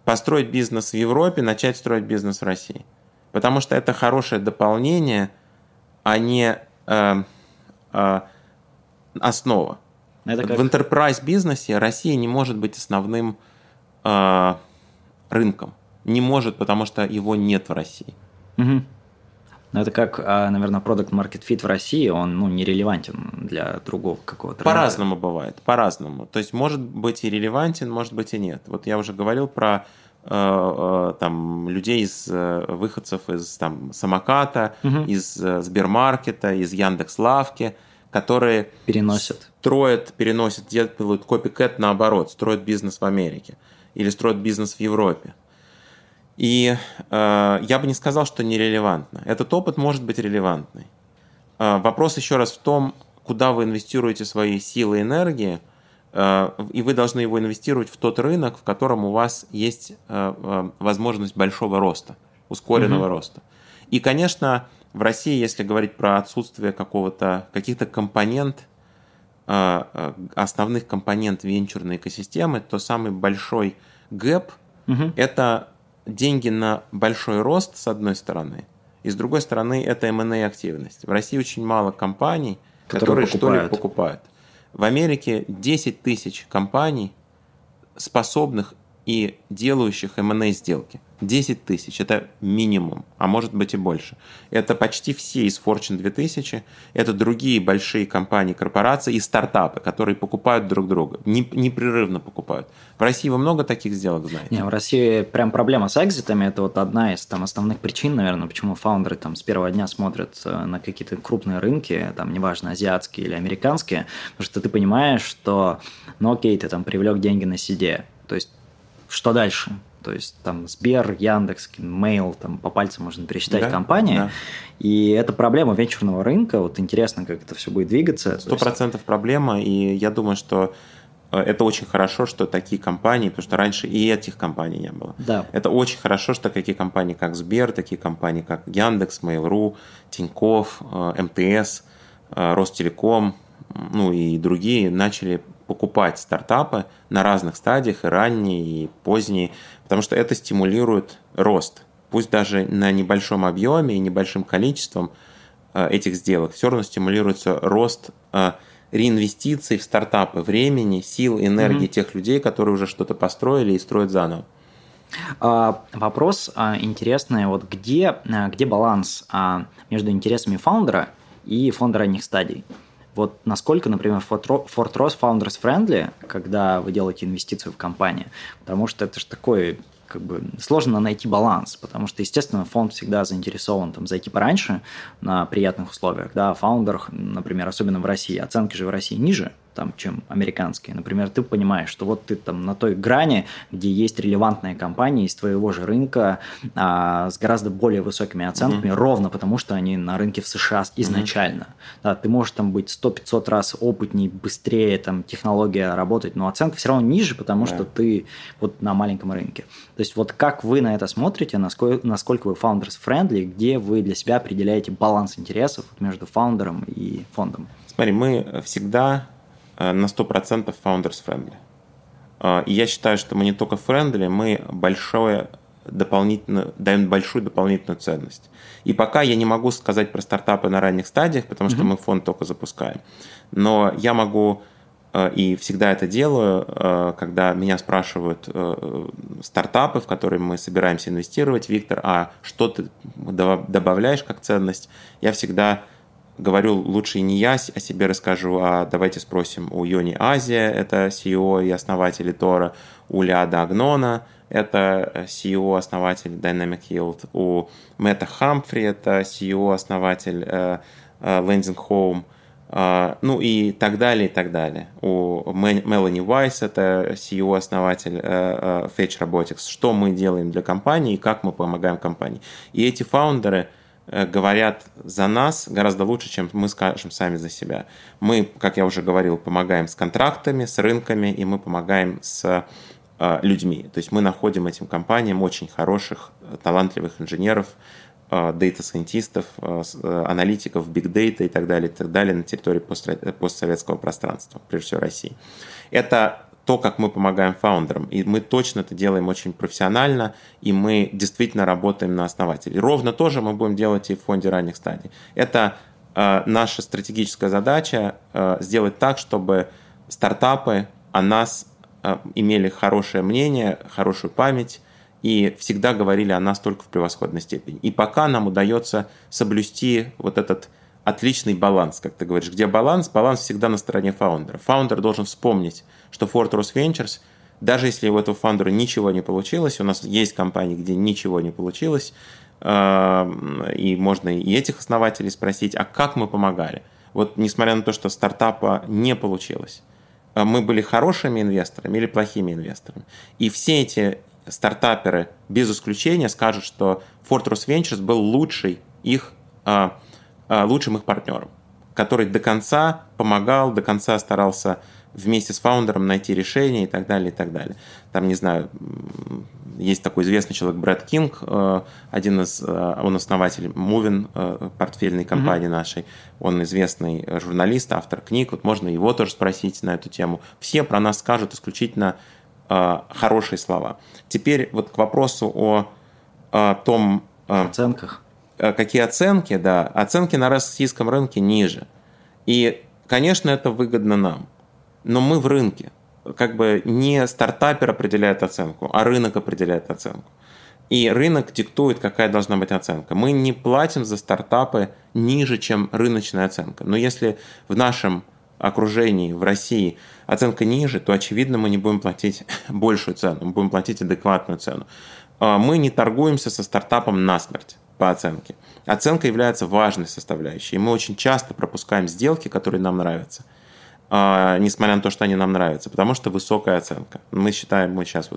построить бизнес в Европе, начать строить бизнес в России. Потому что это хорошее дополнение, а не э, э, основа. Это как... В enterprise бизнесе Россия не может быть основным э, рынком. Не может, потому что его нет в России. Угу. Это как, наверное, product market fit в России, он ну, нерелевантен для другого какого-то рынка. По-разному бывает, по-разному. То есть может быть и релевантен, может быть и нет. Вот я уже говорил про э, э, там, людей, из, э, выходцев из там, самоката, угу. из э, Сбермаркета, из Яндекс.Лавки, которые переносят. строят, переносят, делают копикэт наоборот, строят бизнес в Америке или строят бизнес в Европе. И э, я бы не сказал, что нерелевантно. Этот опыт может быть релевантный. Э, вопрос еще раз в том, куда вы инвестируете свои силы и энергии, э, и вы должны его инвестировать в тот рынок, в котором у вас есть э, э, возможность большого роста, ускоренного mm-hmm. роста. И, конечно, в России, если говорить про отсутствие какого-то, каких-то компонент, э, э, основных компонент венчурной экосистемы, то самый большой гэп mm-hmm. – это деньги на большой рост, с одной стороны, и с другой стороны, это эм энд эй-активность. В России очень мало компаний, которые, которые что-либо покупают. В Америке десять тысяч компаний, способных и делающих эм энд эй-сделки. десять тысяч – это минимум, а может быть и больше. Это почти все из Fortune две тысячи, это другие большие компании, корпорации и стартапы, которые покупают друг друга, непрерывно покупают. В России вы много таких сделок знаете? Не, в России прям проблема с экзитами – это вот одна из там, основных причин, наверное, почему фаундеры там, с первого дня смотрят на какие-то крупные рынки, там, неважно, азиатские или американские, потому что ты понимаешь, что, ну окей, ты там привлек деньги на сиде, то есть что дальше? То есть там Сбер, Яндекс, Mail, там по пальцам можно пересчитать да, компании. Да. И это проблема венчурного рынка. Вот интересно, как это все будет двигаться. Сто процентов проблема. И я думаю, что это очень хорошо, что такие компании, потому что раньше и этих компаний не было. Да. Это очень хорошо, что такие компании, как Сбер, такие компании, как Яндекс, Mail.ru, Тинькофф, эм тэ эс, Ростелеком, ну и другие начали покупать стартапы на разных стадиях, и ранние, и поздние, потому что это стимулирует рост. Пусть даже на небольшом объеме и небольшим количеством этих сделок все равно стимулируется рост реинвестиций в стартапы, времени, сил, энергии mm-hmm. тех людей, которые уже что-то построили и строят заново. А, вопрос а, интересный, вот где, где баланс а, между интересами фаундера и фонда ранних стадий? Вот насколько, например, Fortress Founders Friendly, когда вы делаете инвестицию в компанию, потому что это же такой, как бы, сложно найти баланс, потому что, естественно, фонд всегда заинтересован там, зайти пораньше на приятных условиях, да, а фаундер, например, особенно в России, оценки же в России ниже, там, чем американские. Например, ты понимаешь, что вот ты там на той грани, где есть релевантные компании из твоего же рынка а, с гораздо более высокими оценками, mm-hmm. ровно потому, что они на рынке в США изначально. Mm-hmm. Да, ты можешь там быть сто-пятьсот раз опытнее, быстрее, там, технология работать, но оценка все равно ниже, потому yeah. что ты вот на маленьком рынке. То есть вот как вы на это смотрите, насколько, насколько вы founders friendly, где вы для себя определяете баланс интересов между фаундером и фондом? Смотри, мы всегда на сто процентов founders friendly. И я считаю, что мы не только friendly, мы большое дополнительно, даем большую дополнительную ценность. И пока я не могу сказать про стартапы на ранних стадиях, потому что mm-hmm. мы фонд только запускаем. Но я могу, и всегда это делаю, когда меня спрашивают стартапы, в которые мы собираемся инвестировать: Виктор, а что ты добавляешь как ценность? Я всегда говорю, лучше не я о себе расскажу, а давайте спросим у Йони Азия, это си и о и основатель Тора, у Лиада Агнона, это си и о, основатель Dynamic Yield, у Мэтта Хамфри, это си и о, основатель uh, uh, Lending Home, uh, ну и так далее, и так далее. У Мелани Вайс, это си и о, основатель uh, uh, Fetch Robotics, что мы делаем для компании и как мы помогаем компании. И эти фаундеры говорят за нас гораздо лучше, чем мы скажем сами за себя. Мы, как я уже говорил, помогаем с контрактами, с рынками, и мы помогаем с э, людьми. То есть мы находим этим компаниям очень хороших, талантливых инженеров, э, дейта-сайентистов, э, аналитиков, биг-дейта и так далее, и так далее на территории постсоветского пространства, прежде всего России. Это то, как мы помогаем фаундерам. И мы точно это делаем очень профессионально, и мы действительно работаем на основателей. Ровно то же мы будем делать и в фонде ранних стадий. Это э, наша стратегическая задача э, сделать так, чтобы стартапы о нас э, имели хорошее мнение, хорошую память, и всегда говорили о нас только в превосходной степени. И пока нам удается соблюсти вот этот отличный баланс, как ты говоришь. Где баланс? Баланс всегда на стороне фаундера. Фаундер должен вспомнить, что Fortress Ventures, даже если у этого фаундера ничего не получилось, у нас есть компании, где ничего не получилось, и можно и этих основателей спросить, а как мы помогали? Вот несмотря на то, что стартапа не получилось, мы были хорошими инвесторами или плохими инвесторами. И все эти стартаперы без исключения скажут, что Fortress Ventures был лучший их лучшим их партнером, который до конца помогал, до конца старался вместе с фаундером найти решение и так далее, и так далее. Там, не знаю, есть такой известный человек Брэд Кинг, один из, он основатель Movin, портфельной компании mm-hmm. нашей, он известный журналист, автор книг, вот можно его тоже спросить на эту тему. Все про нас скажут исключительно хорошие слова. Теперь вот к вопросу о, о том... оценках. Какие оценки, да, оценки на российском рынке ниже. И, конечно, это выгодно нам. Но мы в рынке. Как бы не стартапер определяет оценку, а рынок определяет оценку. И рынок диктует, какая должна быть оценка. Мы не платим за стартапы ниже, чем рыночная оценка. Но если в нашем окружении, в России оценка ниже, то, очевидно, мы не будем платить большую цену, мы будем платить адекватную цену. Мы не торгуемся со стартапом насмерть по оценке. Оценка является важной составляющей. И мы очень часто пропускаем сделки, которые нам нравятся, несмотря на то, что они нам нравятся, потому что высокая оценка. Мы считаем, мы сейчас вот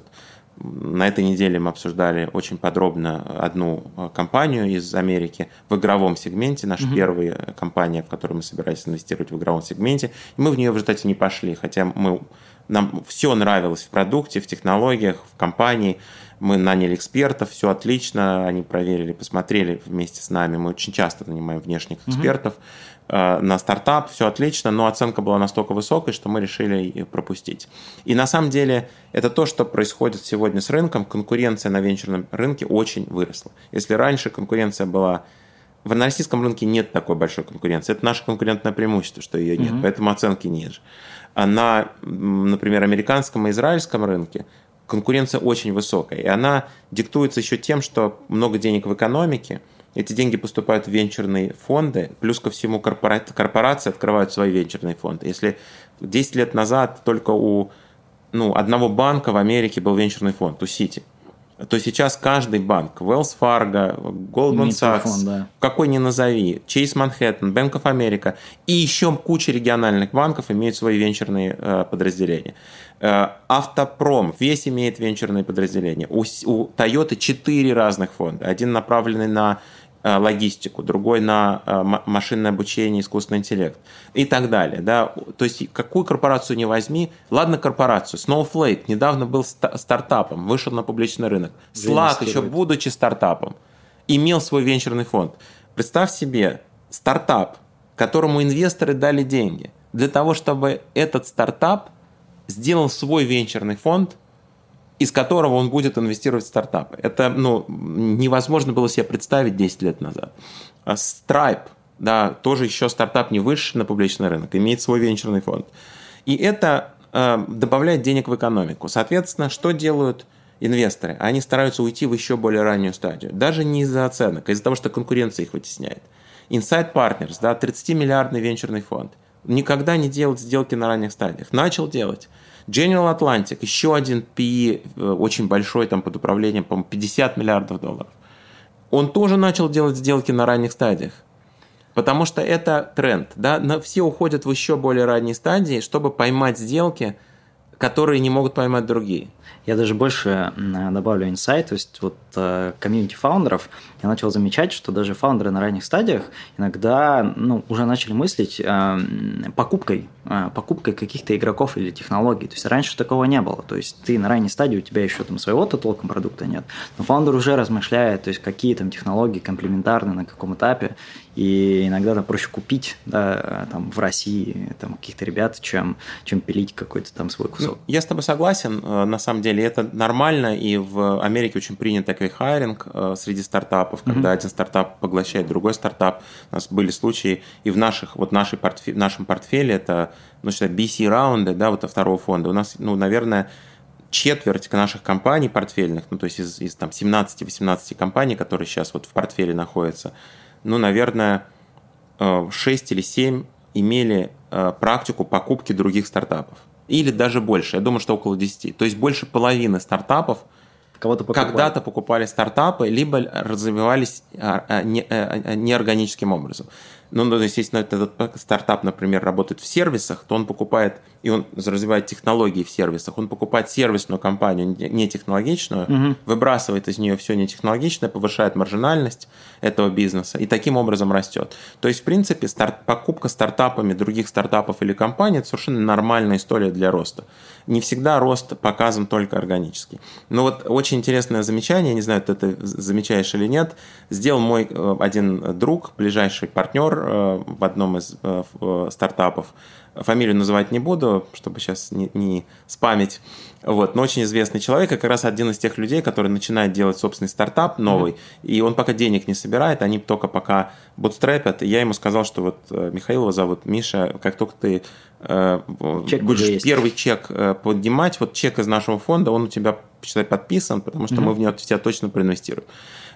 на этой неделе мы обсуждали очень подробно одну компанию из Америки в игровом сегменте, наша mm-hmm. первая компания, в которой мы собирались инвестировать в игровом сегменте, и мы в нее в результате не пошли, хотя мы, нам все нравилось в продукте, в технологиях, в компании. Мы наняли экспертов, все отлично, они проверили, посмотрели вместе с нами. Мы очень часто нанимаем внешних экспертов mm-hmm. на стартап, все отлично, но оценка была настолько высокой, что мы решили ее пропустить. И на самом деле это то, что происходит сегодня с рынком. Конкуренция на венчурном рынке очень выросла. Если раньше конкуренция была... На российском рынке нет такой большой конкуренции. Это наше конкурентное преимущество, что ее нет, mm-hmm. поэтому оценки ниже. А на, например, американском и израильском рынке конкуренция очень высокая, и она диктуется еще тем, что много денег в экономике, эти деньги поступают в венчурные фонды, плюс ко всему корпорации открывают свои венчурные фонды. Если десять лет назад только у ну, одного банка в Америке был венчурный фонд, у Citi, то сейчас каждый банк, Wells Fargo, Goldman Sachs, фонд, да. какой ни назови, Chase Manhattan, Bank of America и еще куча региональных банков имеют свои венчурные э, подразделения. Э, Автопром весь имеет венчурные подразделения. У, у Toyota четыре разных фонда. Один направленный на э, логистику, другой на э, машинное обучение, искусственный интеллект и так далее. Да? То есть какую корпорацию не возьми, ладно корпорацию, Snowflake недавно был ста- стартапом, вышел на публичный рынок. Slack, еще будучи стартапом, имел свой венчурный фонд. Представь себе стартап, которому инвесторы дали деньги для того, чтобы этот стартап сделал свой венчурный фонд, из которого он будет инвестировать в стартапы. Это ну, невозможно было себе представить десять лет назад. Stripe, да, тоже еще стартап, не вышедший на публичный рынок, имеет свой венчурный фонд. И это э, добавляет денег в экономику. Соответственно, что делают инвесторы? Они стараются уйти в еще более раннюю стадию. Даже не из-за оценок, а из-за того, что конкуренция их вытесняет. Insight Partners, да, тридцатимиллиардный венчурный фонд. Никогда не делать сделки на ранних стадиях. Начал делать. General Atlantic, еще один пи и, очень большой, там, под управлением, по-моему, пятьдесят миллиардов долларов. Он тоже начал делать сделки на ранних стадиях. Потому что это тренд. Да? Все уходят в еще более ранние стадии, чтобы поймать сделки, которые не могут поймать другие. Я даже больше добавлю инсайт, то есть вот комьюнити фаундеров, я начал замечать, что даже фаундеры на ранних стадиях иногда ну, уже начали мыслить э, покупкой, э, покупкой каких-то игроков или технологий. То есть раньше такого не было. То есть ты на ранней стадии, у тебя еще там своего-то толком продукта нет, но фаундер уже размышляет, то есть какие там технологии комплементарны на каком этапе, и иногда там проще купить да, там, в России там, каких-то ребят, чем, чем пилить какой-то там свой кусок. смысл. Ну, я с тобой согласен, на самом деле это нормально, и в Америке очень принят такой хайринг среди стартапов, когда mm-hmm. один стартап поглощает другой стартап. У нас были случаи и в наших, вот нашей портфе, в нашем портфеле, это, ну, считай, би си-раунды, да, вот второго фонда. У нас, ну, наверное, четверть наших компаний портфельных, ну, то есть из, из там семнадцати-восемнадцати компаний, которые сейчас вот в портфеле находятся, ну, наверное, шесть или семь имели практику покупки других стартапов. Или даже больше, я думаю, что около десяти. То есть больше половины стартапов Кого-то когда-то покупали стартапы, либо развивались неорганическим образом. Ну, то есть, если этот стартап, например, работает в сервисах, то он покупает, и он развивает технологии в сервисах, он покупает сервисную компанию, не технологичную, угу. выбрасывает из нее все нетехнологичное, повышает маржинальность этого бизнеса, и таким образом растет. То есть, в принципе, старт, покупка стартапами других стартапов или компаний – это совершенно нормальная история для роста. Не всегда рост показан только органически. Но вот очень интересное замечание, не знаю, ты это замечаешь или нет, сделал мой один друг, ближайший партнер в одном из стартапов. Фамилию называть не буду, чтобы сейчас не, не спамить. Вот. Но очень известный человек, как раз один из тех людей, который начинает делать собственный стартап новый, mm-hmm. и он пока денег не собирает, они только пока бутстрепят. И я ему сказал, что вот Михаил его зовут, Миша, как только ты э, будешь первый чек поднимать, вот чек из нашего фонда, он у тебя, считай, подписан, потому что mm-hmm. мы в него в тебя точно проинвестируем.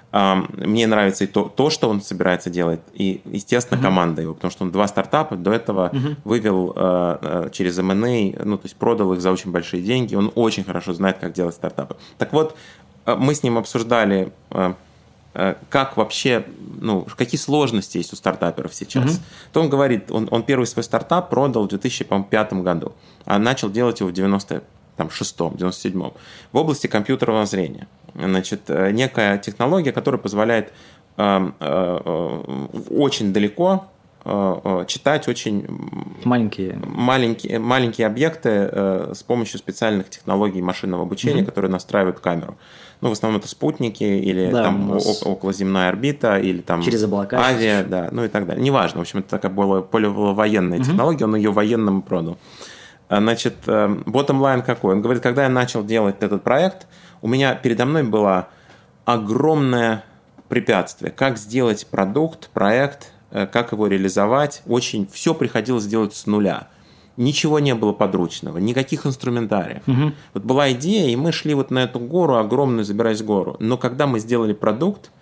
Мне нравится и то, то, что он собирается делать, и, естественно, uh-huh. команда его, потому что он два стартапа до этого uh-huh. вывел э, через эм энд эй, ну, то есть продал их за очень большие деньги, он очень хорошо знает, как делать стартапы. Так вот, мы с ним обсуждали, э, э, как вообще, ну, какие сложности есть у стартаперов сейчас. Uh-huh. То он говорит, он, он первый свой стартап продал в две тысячи пятом году, а начал делать его в девяносто шестом, девяносто седьмом в области компьютерного зрения. Значит, некая технология, которая позволяет э, э, очень далеко э, читать очень маленькие, маленькие, маленькие объекты э, с помощью специальных технологий машинного обучения, mm-hmm. которые настраивают камеру. Ну, в основном это спутники, или да, там нас... околоземная орбита, или там через облака, авиа, да, ну и так далее. Неважно, в общем, это такая полувоенная mm-hmm. технология, он ее военному продал. Значит, bottom line какой? Он говорит, когда я начал делать этот проект, у меня передо мной было огромное препятствие. Как сделать продукт, проект, как его реализовать. Очень все приходилось делать с нуля. Ничего не было подручного, никаких инструментариев. Угу. Вот была идея, и мы шли вот на эту гору, огромную, забираясь в гору. Но когда мы сделали продукт,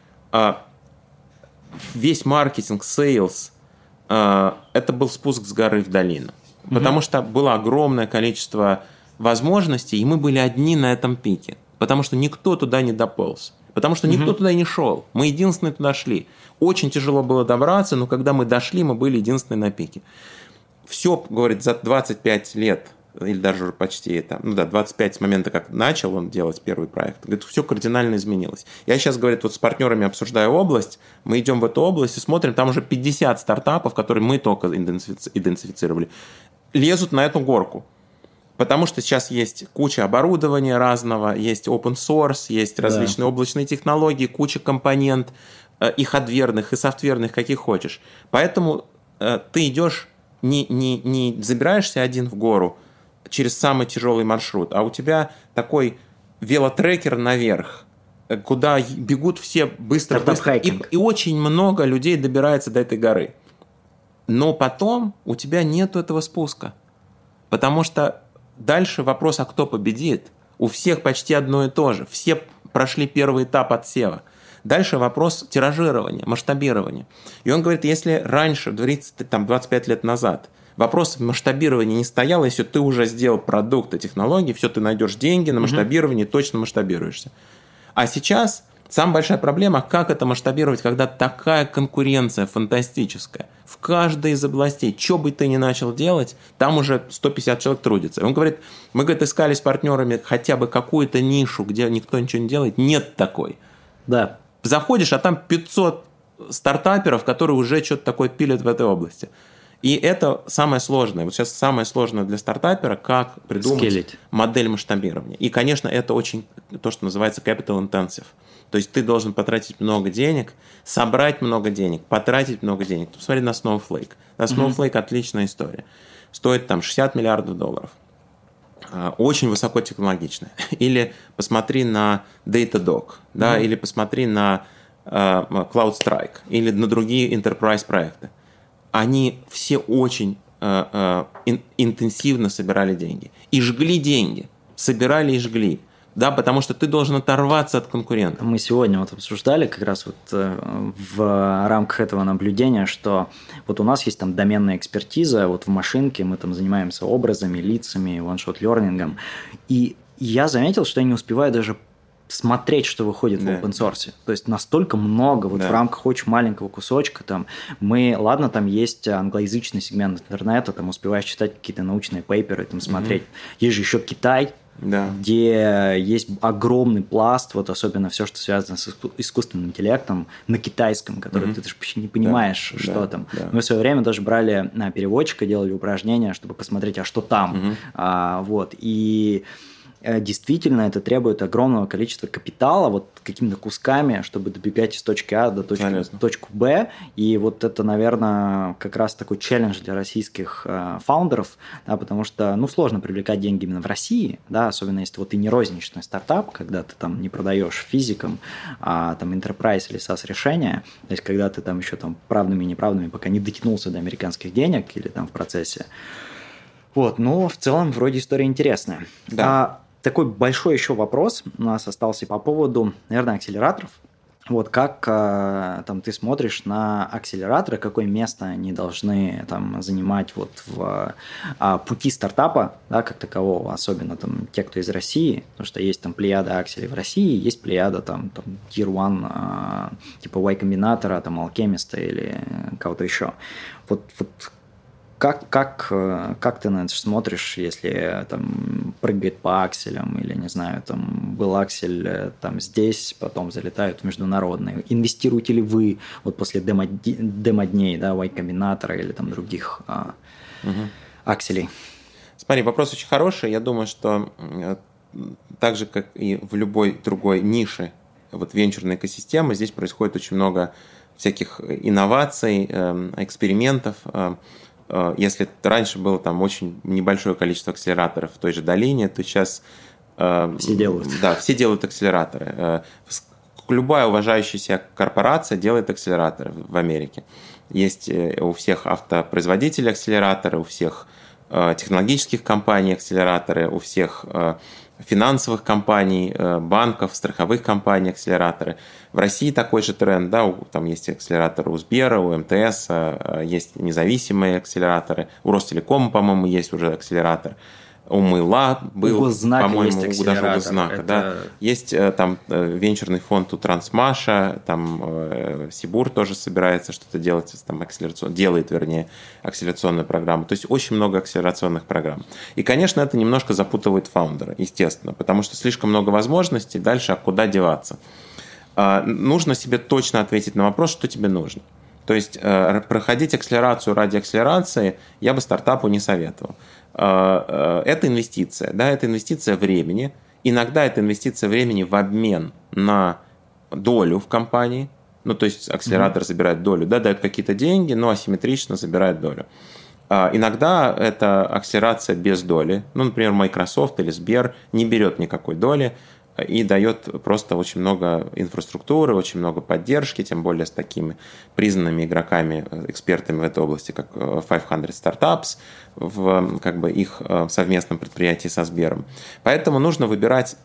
весь маркетинг, сейлс, это был спуск с горы в долину. Потому что было огромное количество возможностей, и мы были одни на этом пике. Потому что никто туда не дополз. Потому что никто mm-hmm. туда не шел. Мы единственные туда шли. Очень тяжело было добраться, но когда мы дошли, мы были единственные на пике. Все, говорит, за двадцать пять лет, или даже уже почти, там, ну да, двадцать пять с момента, как начал он делать первый проект, говорит, все кардинально изменилось. Я сейчас, говорит, вот с партнерами обсуждаю область, мы идем в эту область и смотрим, там уже пятьдесят стартапов, которые мы только идентифицировали, лезут на эту горку. Потому что сейчас есть куча оборудования разного, есть open source, есть различные да. облачные технологии, куча компонент, и хардверных, и софтверных, каких хочешь. Поэтому э, ты идешь, не, не, не забираешься один в гору через самый тяжелый маршрут, а у тебя такой велотрекер наверх, куда бегут все быстро-быстро. И, и очень много людей добирается до этой горы. Но потом у тебя нет этого спуска. Потому что дальше вопрос, а кто победит? У всех почти одно и то же. Все прошли первый этап отсева. Дальше вопрос тиражирования, масштабирования. И он говорит, если раньше, тридцать, там, двадцать пять лет назад, вопрос масштабирования не стоял, если ты уже сделал продукты, технологии, все, ты найдешь деньги на масштабирование, mm-hmm. точно масштабируешься. А сейчас самая большая проблема, как это масштабировать, когда такая конкуренция фантастическая. В каждой из областей, что бы ты ни начал делать, там уже сто пятьдесят человек трудится. И он говорит, мы, говорит, искали с партнерами хотя бы какую-то нишу, где никто ничего не делает. Нет такой. Да. Заходишь, а там пятьсот стартаперов, которые уже что-то такое пилят в этой области. И это самое сложное. Вот сейчас самое сложное для стартапера, как придумать Скелить. модель масштабирования. И, конечно, это очень то, что называется capital intensive. То есть ты должен потратить много денег, собрать много денег, потратить много денег. Посмотри на Snowflake. На Snowflake mm-hmm. отличная история. Стоит там шестьдесят миллиардов долларов. очень высокотехнологичная. Или посмотри на Datadog, да, mm-hmm. или посмотри на uh, CloudStrike, или на другие enterprise проекты. Они все очень uh, uh, ин- интенсивно собирали деньги. И жгли деньги. Собирали и жгли. Да, потому что ты должен оторваться от конкурента. Мы сегодня вот обсуждали как раз вот в рамках этого наблюдения, что вот у нас есть там доменная экспертиза, вот в машинке мы там занимаемся образами, лицами, one-shot-лернингом, и я заметил, что я не успеваю даже смотреть, что выходит да. в open source. То есть настолько много вот да. в рамках очень маленького кусочка. Там, мы, ладно, там есть англоязычный сегмент интернета, там успеваешь читать какие-то научные пейперы, там смотреть. Угу. Есть же еще Китай, да. где есть огромный пласт, вот особенно все, что связано с искусственным интеллектом на китайском, который mm-hmm. ты даже почти не понимаешь, да, что да, там. Да. Мы в свое время даже брали на переводчика, делали упражнения, чтобы посмотреть, а что там. Mm-hmm. А, вот. И действительно это требует огромного количества капитала, вот какими-то кусками, чтобы добегать из точки А до точки, точку Б. И вот это, наверное, как раз такой челлендж для российских э, фаундеров, да, потому что, ну, сложно привлекать деньги именно в России, да, особенно если вот ты не розничный стартап, когда ты там не продаешь физикам, а там enterprise или SaaS решения, то есть когда ты там еще там правдами и неправдами пока не дотянулся до американских денег или там в процессе. Вот, но в целом вроде история интересная. Да. А, такой большой еще вопрос у нас остался по поводу, наверное, акселераторов. Вот как там ты смотришь на акселераторы, какое место они должны там занимать вот в а, пути стартапа, да, как такового, особенно там те, кто из России, потому что есть там плеяда акселей в России, есть плеяда там, там Tier один, а, типа Y Combinator, там Alchemist или кого-то еще. Вот, вот Как, как, как ты на это смотришь, если там прыгает по акселям, или, не знаю, там был аксель там здесь, потом залетают в международные. Инвестируете ли вы вот после демо, демо-дней, да, Y Combinator или там других а, угу. акселей? Смотри, вопрос очень хороший. Я думаю, что так же, как и в любой другой нише вот венчурной экосистемы, здесь происходит очень много всяких инноваций, экспериментов. Если раньше было там очень небольшое количество акселераторов в той же долине, то сейчас все делают. Да, все делают акселераторы. Любая уважающая себя корпорация делает акселераторы в Америке. Есть у всех автопроизводителей акселераторы, у всех технологических компаний акселераторы, у всех финансовых компаний, банков, страховых компаний акселераторы. В России такой же тренд, да, там есть акселераторы у Сбера, у МТС, есть независимые акселераторы, у Ростелекома, по-моему, есть уже акселератор. У Мыла был, по-моему, есть даже у Госзнака. Это... Да. Есть там венчурный фонд у Трансмаша, там Сибур тоже собирается что-то делать, там акселерацион... делает, вернее, акселерационную программу. То есть очень много акселерационных программ. И, конечно, это немножко запутывает фаундера, естественно, потому что слишком много возможностей, дальше, а куда деваться? Нужно себе точно ответить на вопрос, что тебе нужно. То есть проходить акселерацию ради акселерации я бы стартапу не советовал. Это инвестиция, да, это инвестиция времени. Иногда это инвестиция времени в обмен на долю в компании. Ну, то есть акселератор mm-hmm. забирает долю, да, дает какие-то деньги, но асимметрично забирает долю. Иногда это акселерация без доли. Ну, например, Microsoft или Сбер не берет никакой доли и дает просто очень много инфраструктуры, очень много поддержки, тем более с такими признанными игроками, экспертами в этой области, как пятьсот Startups, в как бы, их совместном предприятии со Сбером. Поэтому нужно выбирать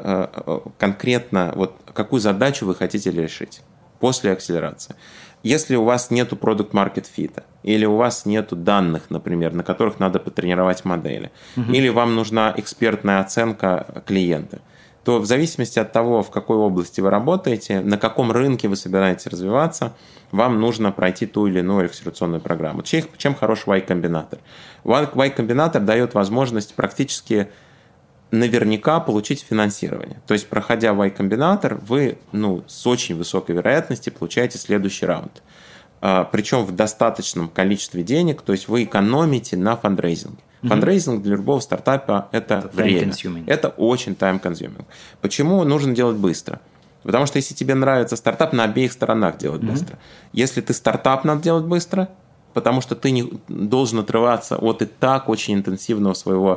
конкретно, вот, какую задачу вы хотите решить после акселерации. Если у вас нет продукт-маркет фита, или у вас нет данных, например, на которых надо потренировать модели, угу. или вам нужна экспертная оценка клиента, то в зависимости от того, в какой области вы работаете, на каком рынке вы собираетесь развиваться, вам нужно пройти ту или иную акселерационную программу. Чем, чем хорош Y Combinator? Y Combinator дает возможность практически наверняка получить финансирование. То есть, проходя Y Combinator, вы ну, с очень высокой вероятностью получаете следующий раунд. Причем в достаточном количестве денег, то есть вы экономите на фандрейзинге. Фандрейзинг для любого стартапа – это, это время. Это очень time-consuming. Почему нужно делать быстро? Потому что если тебе нравится стартап, на обеих сторонах делать mm-hmm. быстро. Если ты стартап, надо делать быстро, потому что ты не должен отрываться от и так очень интенсивного своего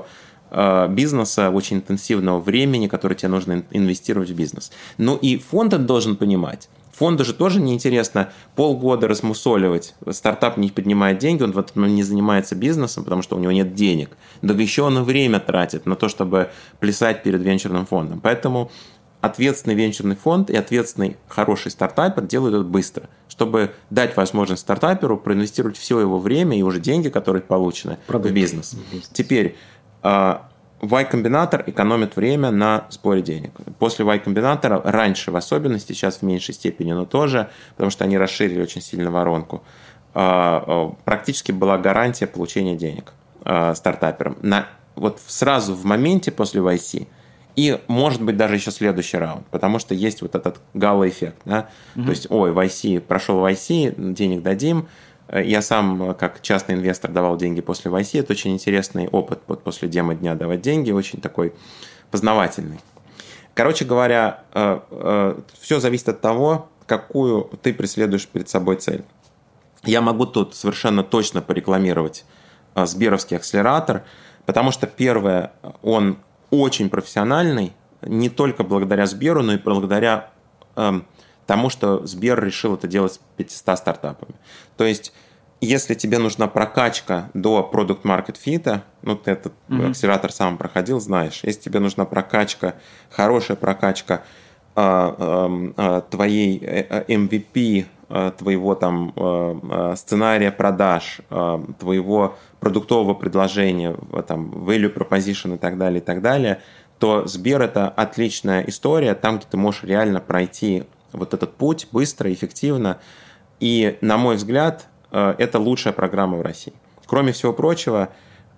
бизнеса, очень интенсивного времени, которое тебе нужно инвестировать в бизнес. Ну и фонд это должен понимать. Фонду же тоже неинтересно полгода размусоливать. Стартап не поднимает деньги, он в этот момент не занимается бизнесом, потому что у него нет денег. Да еще он и время тратит на то, чтобы плясать перед венчурным фондом. Поэтому ответственный венчурный фонд и ответственный хороший стартапер делают это быстро, чтобы дать возможность стартаперу проинвестировать все его время и уже деньги, которые получены, Продукт. в бизнес. бизнес. Теперь Y-комбинатор экономит время на сборе денег. После Y-комбинатора, раньше в особенности, сейчас в меньшей степени, но тоже, потому что они расширили очень сильно воронку, практически была гарантия получения денег стартаперам. На, вот сразу в моменте после вай си и, может быть, даже еще следующий раунд, потому что есть вот этот гало-эффект. Да? Mm-hmm. То есть, ой, вай си, прошел вай си, денег дадим. Я сам, как частный инвестор, давал деньги после вай си. Это очень интересный опыт вот после демо-дня давать деньги, очень такой познавательный. Короче говоря, все зависит от того, какую ты преследуешь перед собой цель. Я могу тут совершенно точно порекламировать Сберовский акселератор, потому что, первое, он очень профессиональный, не только благодаря Сберу, но и благодаря тому, что Сбер решил это делать с пятьюстами стартапами. То есть, если тебе нужна прокачка до product market fit, ну, ты этот mm-hmm. акселератор сам проходил, знаешь, если тебе нужна прокачка, хорошая прокачка э, э, твоей эм ви пи, э, твоего там э, сценария продаж, э, твоего продуктового предложения, там, value proposition и так далее, и так далее, то Сбер – это отличная история, там, где ты можешь реально пройти вот этот путь быстро, эффективно. И, на мой взгляд, это лучшая программа в России. Кроме всего прочего,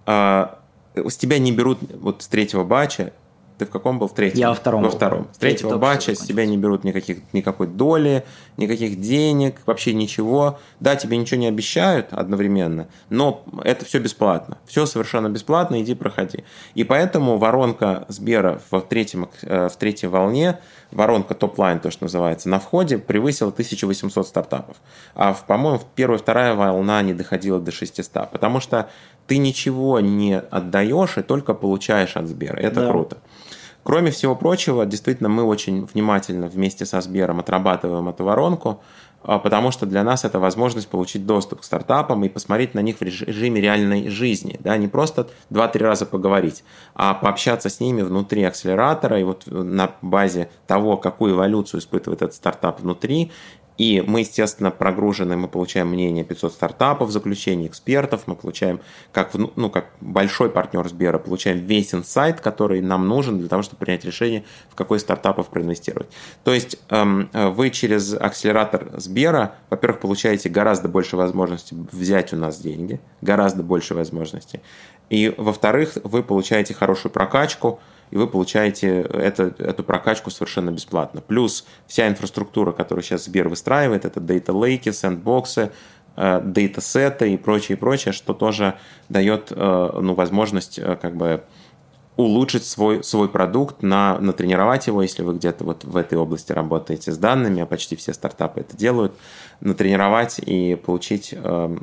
с тебя не берут вот с третьего батча. Ты в каком был? В третьем? Я во втором. Во втором. С третьего батча с тебя не берут никаких, никакой доли, никаких денег, вообще ничего. Да, тебе ничего не обещают одновременно, но это все бесплатно. Все совершенно бесплатно, иди проходи. И поэтому воронка Сбера в, третьем, в третьей волне, воронка топ-лайн, то, что называется, на входе превысила тысячу восемьсот стартапов. А, по-моему, первая, вторая волна не доходила до шестисот, потому что ты ничего не отдаешь и только получаешь от Сбера. Это да. круто. Кроме всего прочего, действительно, мы очень внимательно вместе со Сбером отрабатываем эту воронку, потому что для нас это возможность получить доступ к стартапам и посмотреть на них в режиме реальной жизни. Да? Не просто два-три раза поговорить, а пообщаться с ними внутри акселератора и вот на базе того, какую эволюцию испытывает этот стартап внутри. И мы, естественно, прогружены, мы получаем мнение пятисот стартапов, заключение экспертов, мы получаем, как, ну, как большой партнер Сбера, получаем весь инсайт, который нам нужен для того, чтобы принять решение, в какой стартапов проинвестировать. То есть вы через акселератор Сбера, во-первых, получаете гораздо больше возможностей взять у нас деньги, гораздо больше возможностей. И, во-вторых, вы получаете хорошую прокачку, и вы получаете это, эту прокачку совершенно бесплатно. Плюс вся инфраструктура, которую сейчас Сбер выстраивает, это Data Lake, сэндбоксы, дейтасеты и прочее, прочее, что тоже дает ну, возможность как бы улучшить свой, свой продукт, на, натренировать его, если вы где-то вот в этой области работаете с данными, а почти все стартапы это делают, натренировать и получить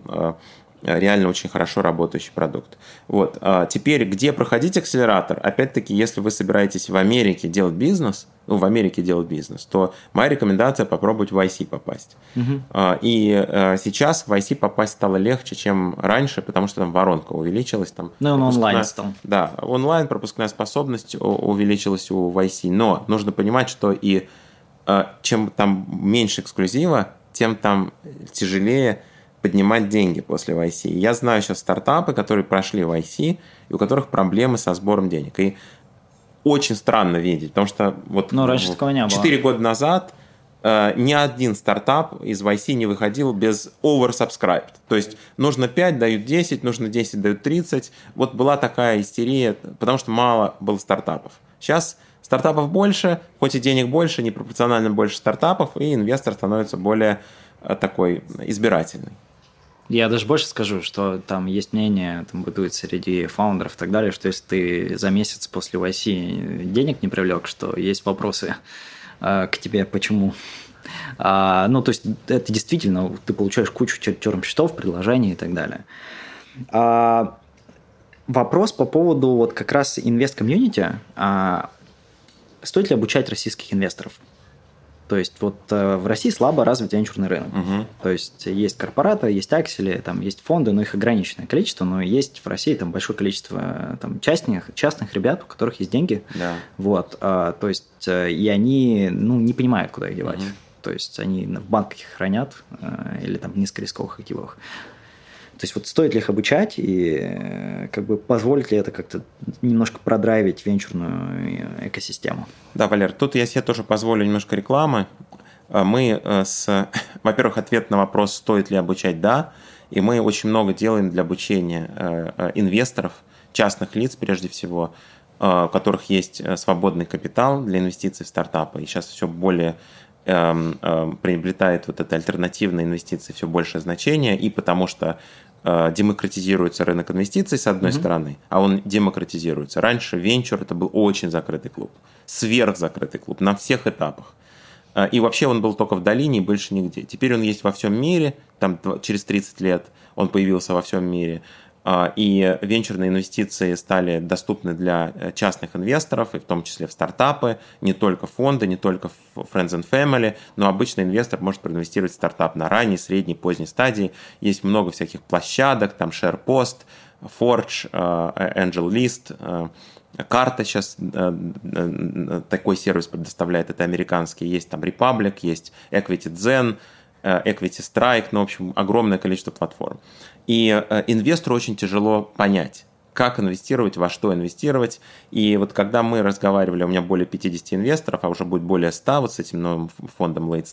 реально очень хорошо работающий продукт. Вот. Теперь, где проходить акселератор? Опять-таки, если вы собираетесь в Америке делать бизнес, ну, в Америке делать бизнес, то моя рекомендация попробовать в вай си попасть. Угу. И сейчас в вай си попасть стало легче, чем раньше, потому что там воронка увеличилась. Там ну, он онлайн стал. Да, онлайн, пропускная способность увеличилась у вай си, но нужно понимать, что и чем там меньше эксклюзива, тем там тяжелее поднимать деньги после вай си. Я знаю сейчас стартапы, которые прошли вай си, и у которых проблемы со сбором денег. И очень странно видеть, потому что вот ну, раньше такого не было. четыре года назад э, ни один стартап из вай си не выходил без oversubscribed. То есть нужно пять, дают десять, нужно десять, дают тридцать. Вот была такая истерия, потому что мало было стартапов. Сейчас стартапов больше, хоть и денег больше, непропорционально больше стартапов, и инвестор становится более э, такой избирательный. Я даже больше скажу, что там есть мнение, там бытует среди фаундеров и так далее, что если ты за месяц после вай си денег не привлек, что есть вопросы э, к тебе, почему. А, ну, то есть это действительно, ты получаешь кучу терм-счетов, предложений и так далее. А, Вопрос по поводу вот как раз инвест-комьюнити. А стоит ли обучать российских инвесторов? То есть вот в России слабо развит венчурный рынок. Угу. То есть есть корпораты, есть аксели, там есть фонды, но их ограниченное количество, но есть в России там большое количество там, частных, частных ребят, у которых есть деньги. Да. Вот, а, то есть и они ну, не понимают, куда их девать. Угу. То есть они в банках их хранят или там низкорисковых активах. То есть вот стоит ли их обучать и как бы позволит ли это как-то немножко продрайвить венчурную экосистему? Да, Валер, тут я себе тоже позволю немножко рекламы. Мы с, во-первых, ответ на вопрос, стоит ли обучать, да, и мы очень много делаем для обучения инвесторов, частных лиц прежде всего, у которых есть свободный капитал для инвестиций в стартапы. И сейчас все более приобретает вот это альтернативные инвестиции все большее значение, и потому что демократизируется рынок инвестиций, с одной mm-hmm. стороны, а он демократизируется. Раньше венчур – это был очень закрытый клуб, сверхзакрытый клуб на всех этапах. И вообще он был только в долине и больше нигде. Теперь он есть во всем мире, там через тридцать лет он появился во всем мире. И венчурные инвестиции стали доступны для частных инвесторов, и в том числе в стартапы, не только фонды, не только friends and family, но обычный инвестор может проинвестировать в стартап на ранней, средней, поздней стадии. Есть много всяких площадок, там SharePost, Forge, AngelList, Карта сейчас такой сервис предоставляет, это американский, есть там Republic, есть EquityZen, Equity Strike, ну, в общем, огромное количество платформ. И инвестору очень тяжело понять, как инвестировать, во что инвестировать. И вот когда мы разговаривали, у меня более пятьдесят инвесторов, а уже будет более ста вот с этим новым фондом Late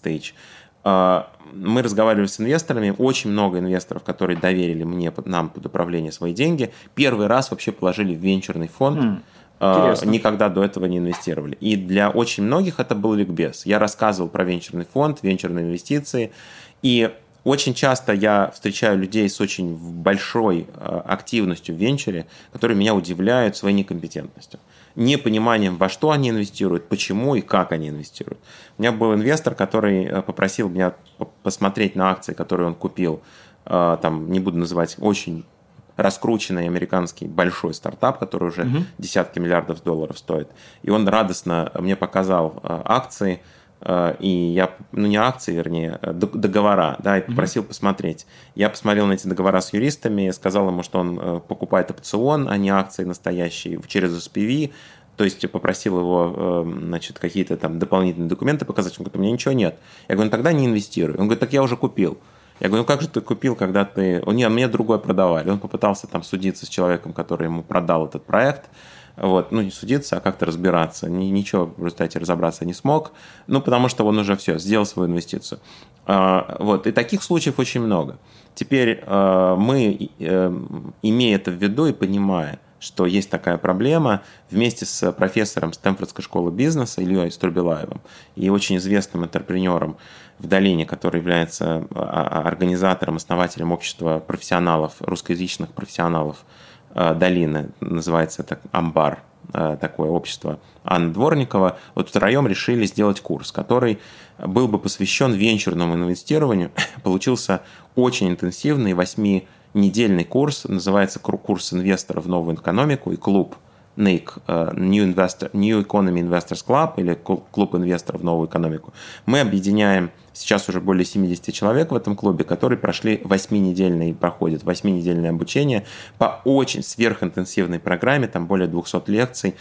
Stage, мы разговаривали с инвесторами, очень много инвесторов, которые доверили мне, нам под управление свои деньги, первый раз вообще положили в венчурный фонд, mm. Интересно. Никогда до этого не инвестировали. И для очень многих это был ликбез. Я рассказывал про венчурный фонд, венчурные инвестиции. И очень часто я встречаю людей с очень большой активностью в венчуре, которые меня удивляют своей некомпетентностью. Непониманием, во что они инвестируют, почему и как они инвестируют. У меня был инвестор, который попросил меня посмотреть на акции, которые он купил. Там, не буду называть, очень раскрученный американский большой стартап, который уже угу. десятки миллиардов долларов стоит. И он радостно мне показал акции, и я, ну не акции, вернее, договора, да, и попросил угу. посмотреть. Я посмотрел на эти договора с юристами, сказал ему, что он покупает опцион, а не акции настоящие, через эс пи ви. То есть попросил его, значит, какие-то там дополнительные документы показать. Он говорит, у меня ничего нет. Я говорю, ну тогда не инвестируй. Он говорит, так я уже купил. Я говорю, ну как же ты купил, когда ты... Нет, мне другое продавали. Он попытался там судиться с человеком, который ему продал этот проект. Вот. Ну, не судиться, а как-то разбираться. Ничего в результате разобраться не смог. Ну, потому что он уже все, сделал свою инвестицию. Вот. И таких случаев очень много. Теперь мы, имея это в виду и понимая, что есть такая проблема, вместе с профессором Стэнфордской школы бизнеса Ильей Струбилаевым и очень известным интерпренером в долине, который является организатором, основателем общества профессионалов, русскоязычных профессионалов долины, называется это Амбар, такое общество, Анна Дворникова, вот втроем решили сделать курс, который был бы посвящен венчурному инвестированию. Получился очень интенсивный, восьми недельный курс, называется курс инвесторов в новую экономику, и клуб эн и си, New, Investor, New Economy Investors Club, или клуб инвесторов в новую экономику. Мы объединяем сейчас уже более семьдесят человек в этом клубе, которые прошли восьминедельное, проходят восьминедельное обучение по очень сверхинтенсивной программе, там более двухсот лекций,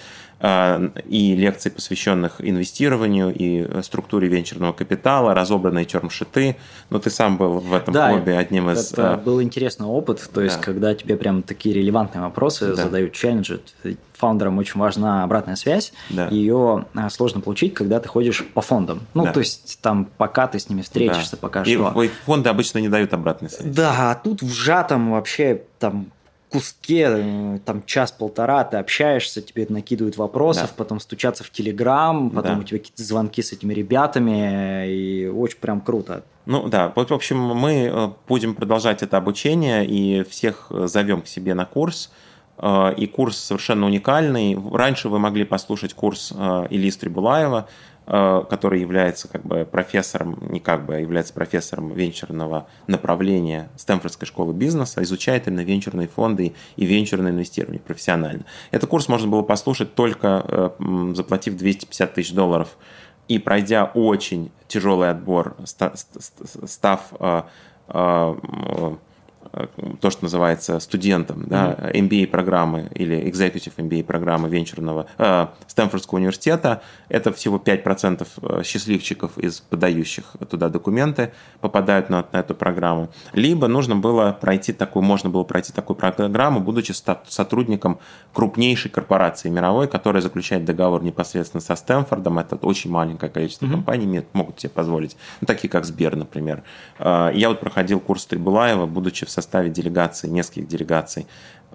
и лекций, посвященных инвестированию и структуре венчурного капитала, разобранные термшиты. Но ты сам был в этом да, клубе одним из... Это был интересный опыт, то есть, да. когда тебе прям такие релевантные вопросы да. задают, челленджи. Фаундерам очень важна обратная связь, да. ее сложно получить, когда ты ходишь по фондам. Ну, да. то есть, там, пока ты с ними встретишься, да. пока и что. И фонды обычно не дают обратной связи. Да, а тут в сжатом вообще там... куске, там час-полтора ты общаешься, тебе накидывают вопросов, да. потом стучаться в Телеграм, потом да. у тебя какие-то звонки с этими ребятами, и очень прям круто. Ну да, вот в общем мы будем продолжать это обучение и всех зовем к себе на курс. И курс совершенно уникальный. Раньше вы могли послушать курс Ильи Стрибулаева, который является как бы профессором, не как бы, а является профессором венчурного направления Стэнфордской школы бизнеса, изучает именно венчурные фонды и венчурное инвестирование профессионально. Этот курс можно было послушать только заплатив двести пятьдесят тысяч долларов и пройдя очень тяжелый отбор, став то, что называется студентом, да, эм би эй-программы или Executive эм би эй-программы венчурного э, Стэнфордского университета. Это всего пять процентов счастливчиков из подающих туда документы попадают на, на эту программу. Либо нужно было пройти такую, можно было пройти такую программу, будучи сотрудником крупнейшей корпорации мировой, которая заключает договор непосредственно со Стэнфордом. Это очень маленькое количество mm-hmm. компаний могут себе позволить, ну, такие как Сбер, например. Я вот проходил курс Трибулаева, будучи в составе делегации, нескольких делегаций.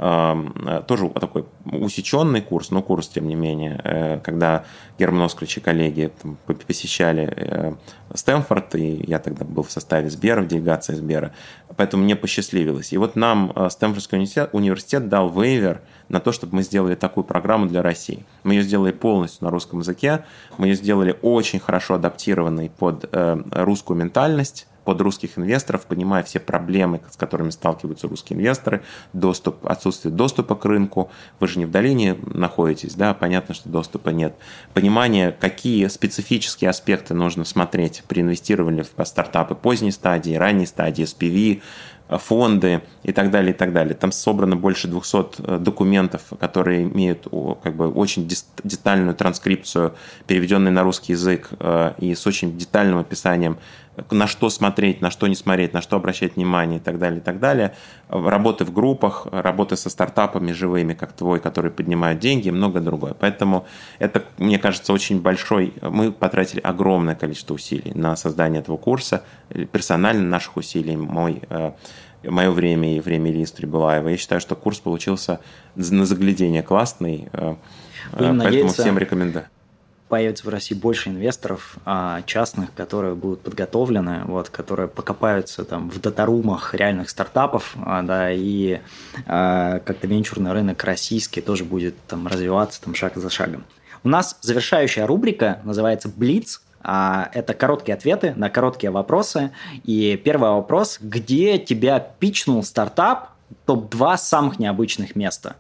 Тоже такой усеченный курс, но курс, тем не менее, когда Герман Оскарович и коллеги там посещали Стэнфорд, и я тогда был в составе Сбера, в делегации Сбера, поэтому мне посчастливилось. И вот нам Стэнфордский университет, университет дал вейвер на то, чтобы мы сделали такую программу для России. Мы ее сделали полностью на русском языке, мы ее сделали очень хорошо адаптированной под русскую ментальность, под русских инвесторов, понимая все проблемы, с которыми сталкиваются русские инвесторы, доступ, отсутствие доступа к рынку. Вы же не в долине находитесь, да, понятно, что доступа нет. Понимание, какие специфические аспекты нужно смотреть при инвестировании в стартапы поздней стадии, ранней стадии, эс пи ви, фонды и так далее, и так далее. Там собрано больше двухсот документов, которые имеют как бы очень детальную транскрипцию, переведенную на русский язык и с очень детальным описанием, на что смотреть, на что не смотреть, на что обращать внимание и так далее, и так далее. Работы в группах, работы со стартапами живыми, как твой, которые поднимают деньги и многое другое. Поэтому это, мне кажется, очень большой... Мы потратили огромное количество усилий на создание этого курса, персонально наших усилий, мой... мое время и время Ильи Стрибулаева. Я считаю, что курс получился на заглядение классный, Будем поэтому надеяться, всем рекомендую. Появится в России больше инвесторов частных, которые будут подготовлены, вот, которые покопаются там в дата-румах реальных стартапов, да, и как-то венчурный рынок российский тоже будет там развиваться там, шаг за шагом. У нас завершающая рубрика называется «Блиц». Это короткие ответы на короткие вопросы. И первый вопрос: где тебя питчнул стартап? топ два самых необычных места.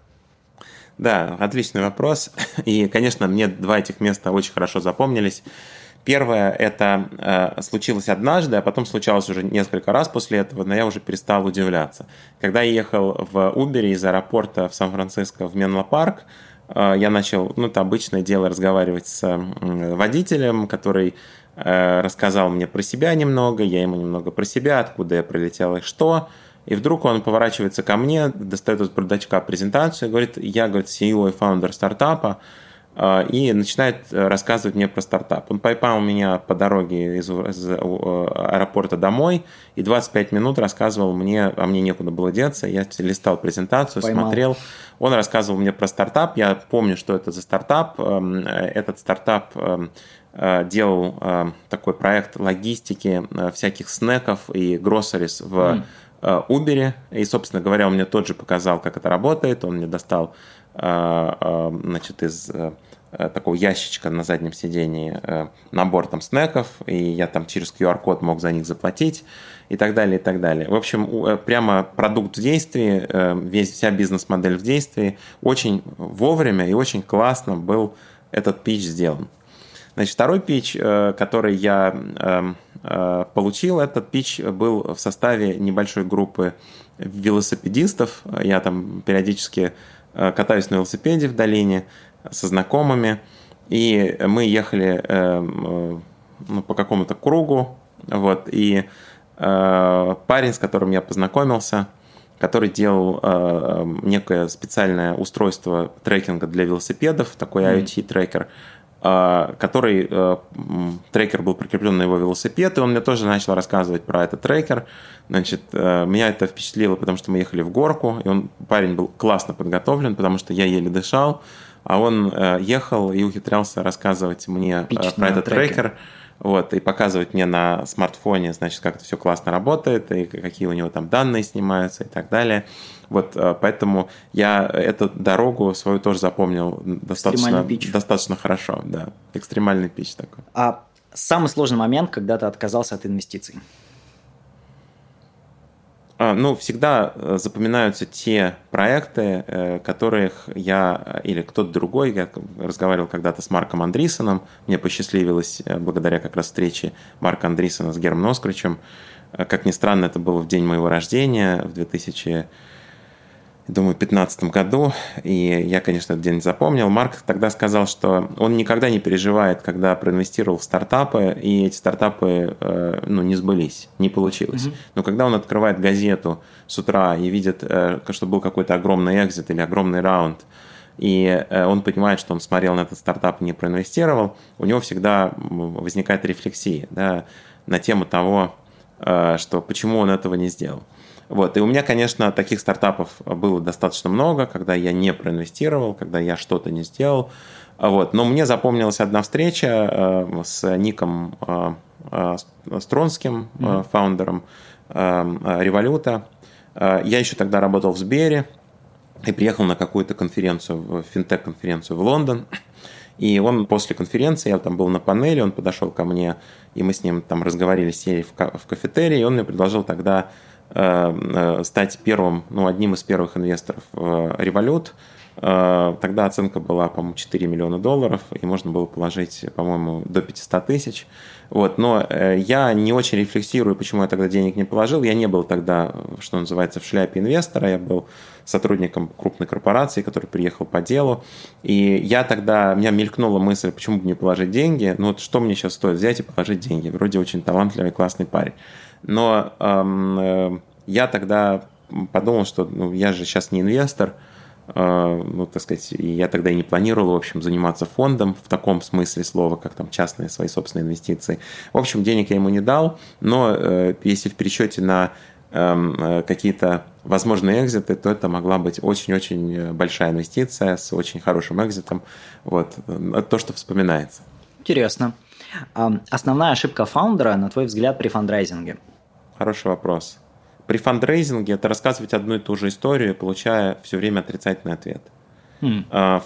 Да, отличный вопрос. И, конечно, мне два этих места очень хорошо запомнились. Первое, это э, случилось однажды, а потом случалось уже несколько раз после этого, но я уже перестал удивляться. Когда я ехал в Uber из аэропорта в Сан-Франциско в Менло-парк, э, я начал, ну, это обычное дело, разговаривать с э, водителем, который э, рассказал мне про себя немного, я ему немного про себя, откуда я прилетел и что. И вдруг он поворачивается ко мне, достает из бардачка презентацию и говорит: я, говорит, си и о и фаундер стартапа, и начинает рассказывать мне про стартап. Он поймал меня по дороге из, из аэропорта домой и двадцать пять минут рассказывал мне, а мне некуда было деться, я листал презентацию, поймал. Смотрел. Он рассказывал мне про стартап, я помню, что это за стартап. Этот стартап делал такой проект логистики всяких снеков и гроссерис в mm. Uber, и, собственно говоря, он мне тот же показал, как это работает. Он мне достал, значит, из такого ящичка на заднем сидении набор там снеков, и я там через ку ар код мог за них заплатить, и так далее, и так далее. В общем, прямо продукт в действии, весь, вся бизнес-модель в действии. Очень вовремя и очень классно был этот питч сделан. Значит, второй питч, который я получил, этот питч был в составе небольшой группы велосипедистов. Я там периодически катаюсь на велосипеде в долине со знакомыми, и мы ехали ну, по какому-то кругу, вот, и парень, с которым я познакомился, который делал некое специальное устройство трекинга для велосипедов, такой ай о ти-трекер, который трекер был прикреплен на его велосипед, и он мне тоже начал рассказывать про этот трекер. Значит, меня это впечатлило, потому что мы ехали в горку, и он, парень был классно подготовлен, потому что я еле дышал, а он ехал и ухитрялся рассказывать мне Пич про этот трекер. трекер. вот, и показывать мне на смартфоне, значит, как это все классно работает, и какие у него там данные снимаются и так далее. Вот, поэтому я эту дорогу свою тоже запомнил достаточно, достаточно хорошо. Да. Экстремальный пич такой. А самый сложный момент, когда ты отказался от инвестиций? Ну, всегда запоминаются те проекты, которых я или кто-то другой, я разговаривал когда-то с Марком Андрисоном, мне посчастливилось благодаря как раз встрече Марка Андрисона с Германом Оскарычем. Как ни странно, это было в день моего рождения, в две тысячи пятнадцатом году, и я, конечно, этот день запомнил. Марк тогда сказал, что он никогда не переживает, когда проинвестировал в стартапы, и эти стартапы ну, не сбылись, не получилось. Mm-hmm. Но когда он открывает газету с утра и видит, что был какой-то огромный экзит или огромный раунд, и он понимает, что он смотрел на этот стартап и не проинвестировал, у него всегда возникает рефлексия, да, на тему того, что почему он этого не сделал. Вот. И у меня, конечно, таких стартапов было достаточно много, когда я не проинвестировал, когда я что-то не сделал. Вот. Но мне запомнилась одна встреча с Ником Стронским, mm-hmm. фаундером Revolut. Я еще тогда работал в Сбере и приехал на какую-то конференцию, финтех-конференцию в Лондон. И он после конференции, я там был на панели, он подошел ко мне, и мы с ним там разговаривали, сели в кафетерии, и он мне предложил тогда стать первым, ну, одним из первых инвесторов в Revolut. Тогда оценка была, по-моему, четыре миллиона долларов, и можно было положить, по-моему, до пятьсот тысяч. Вот. Но я не очень рефлексирую, почему я тогда денег не положил. Я не был тогда, что называется, в шляпе инвестора. Я был сотрудником крупной корпорации, который приехал по делу. И я тогда, у меня мелькнула мысль, почему бы не положить деньги. Ну, вот что мне сейчас стоит взять и положить деньги? Вроде очень талантливый, классный парень. Но эм, э, я тогда подумал, что ну, я же сейчас не инвестор, э, ну, так сказать, и я тогда и не планировал, в общем, заниматься фондом в таком смысле слова, как там частные свои собственные инвестиции. В общем, денег я ему не дал, но э, если в пересчете на э, какие-то возможные экзиты, то это могла быть очень-очень большая инвестиция с очень хорошим экзитом. Вот, то, что вспоминается. Интересно. Основная ошибка фаундера, на твой взгляд, при фандрайзинге? Хороший вопрос. При фандрейзинге это рассказывать одну и ту же историю, получая все время отрицательный ответ. Mm.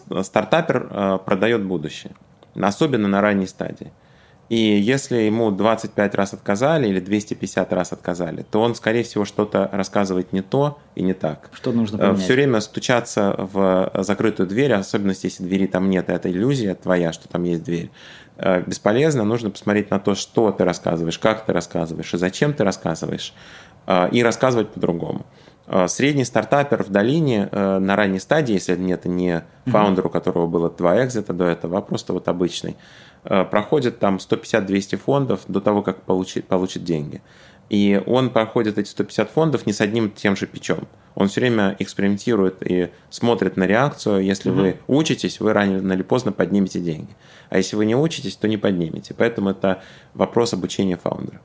Стартапер продает будущее, особенно на ранней стадии. И если ему двадцать пять раз отказали или двести пятьдесят раз отказали, то он, скорее всего, что-то рассказывает не то и не так. Что нужно поменять? Все время стучаться в закрытую дверь, особенно если двери там нет, это иллюзия твоя, что там есть дверь, бесполезно. Нужно посмотреть на то, что ты рассказываешь, как ты рассказываешь и зачем ты рассказываешь, и рассказывать по-другому. Средний стартапер в долине на ранней стадии, если это не фаундер, у которого было два экзита до этого, а просто вот обычный, проходит там сто пятьдесят - двести фондов до того, как получит, получит деньги. И он проходит эти сто пятьдесят фондов не с одним и тем же питчом. Он все время экспериментирует и смотрит на реакцию. Если mm-hmm. вы учитесь, вы рано или поздно поднимете деньги. А если вы не учитесь, то не поднимете. Поэтому это вопрос обучения фаундера.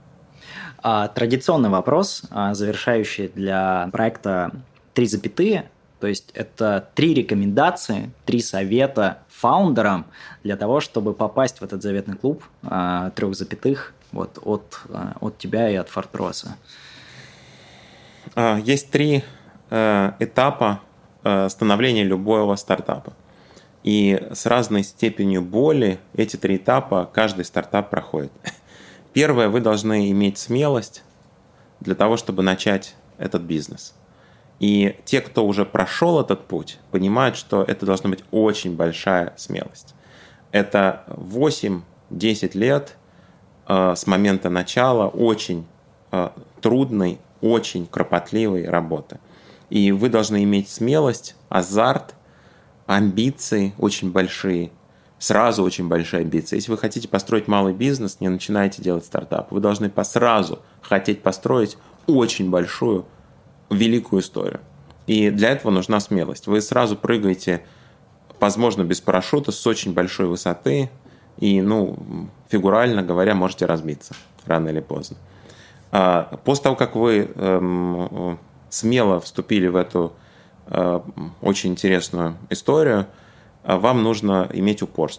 А, традиционный вопрос, завершающий для проекта «Три запятые». То есть это три рекомендации, три совета фаундерам для того, чтобы попасть в этот заветный клуб а, трех запятых вот, от, от тебя и от Фортросса. Есть три этапа становления любого стартапа. И с разной степенью боли эти три этапа каждый стартап проходит. Первое, вы должны иметь смелость для того, чтобы начать этот бизнес. И те, кто уже прошел этот путь, понимают, что это должна быть очень большая смелость. Это восемь-десять лет э, с момента начала очень э, трудной, очень кропотливой работы. И вы должны иметь смелость, азарт, амбиции очень большие, сразу очень большие амбиции. Если вы хотите построить малый бизнес, не начинайте делать стартап. Вы должны сразу хотеть построить очень большую, великую историю. И для этого нужна смелость. Вы сразу прыгаете, возможно, без парашюта, с очень большой высоты, и, ну, фигурально говоря, можете разбиться рано или поздно. После того, как вы эм, смело вступили в эту э, очень интересную историю, вам нужно иметь упорство.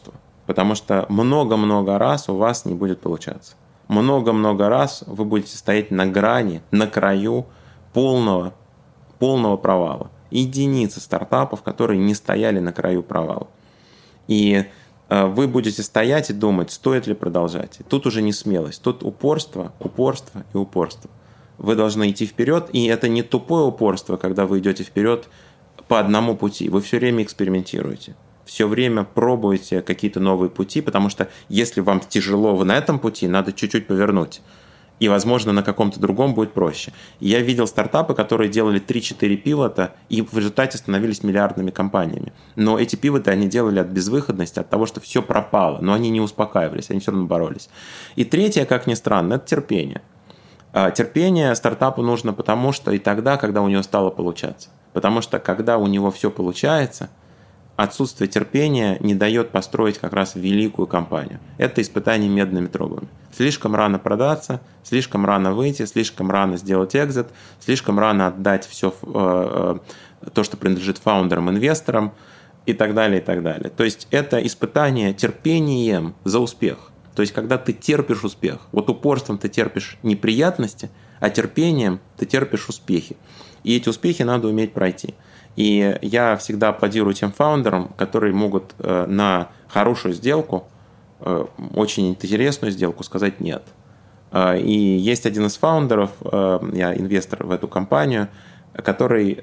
Потому что много-много раз у вас не будет получаться. Много-много раз вы будете стоять на грани, на краю полного, полного провала. Единицы стартапов, которые не стояли на краю провала. И вы будете стоять и думать, стоит ли продолжать. И тут уже не смелость, тут упорство, упорство и упорство. Вы должны идти вперед, и это не тупое упорство, когда вы идете вперед по одному пути. Вы все время экспериментируете, все время пробуете какие-то новые пути, потому что если вам тяжело на этом пути, надо чуть-чуть повернуть. И, возможно, на каком-то другом будет проще. Я видел стартапы, которые делали три-четыре пивота и в результате становились миллиардными компаниями. Но эти пивоты они делали от безвыходности, от того, что все пропало. Но они не успокаивались, они все равно боролись. И третье, как ни странно, это терпение. Терпение стартапу нужно потому, что и тогда, когда у него стало получаться. Потому что когда у него все получается, отсутствие терпения не дает построить как раз великую компанию. Это испытание медными трубами. Слишком рано продаться, слишком рано выйти, слишком рано сделать экзит, слишком рано отдать все то, что принадлежит фаундерам, инвесторам и так далее, и так далее. То есть это испытание терпением за успех. То есть когда ты терпишь успех, вот упорством ты терпишь неприятности, а терпением ты терпишь успехи. И эти успехи надо уметь пройти. И я всегда аплодирую тем фаундерам, которые могут на хорошую сделку, очень интересную сделку сказать «нет». И есть один из фаундеров, я инвестор в эту компанию, который,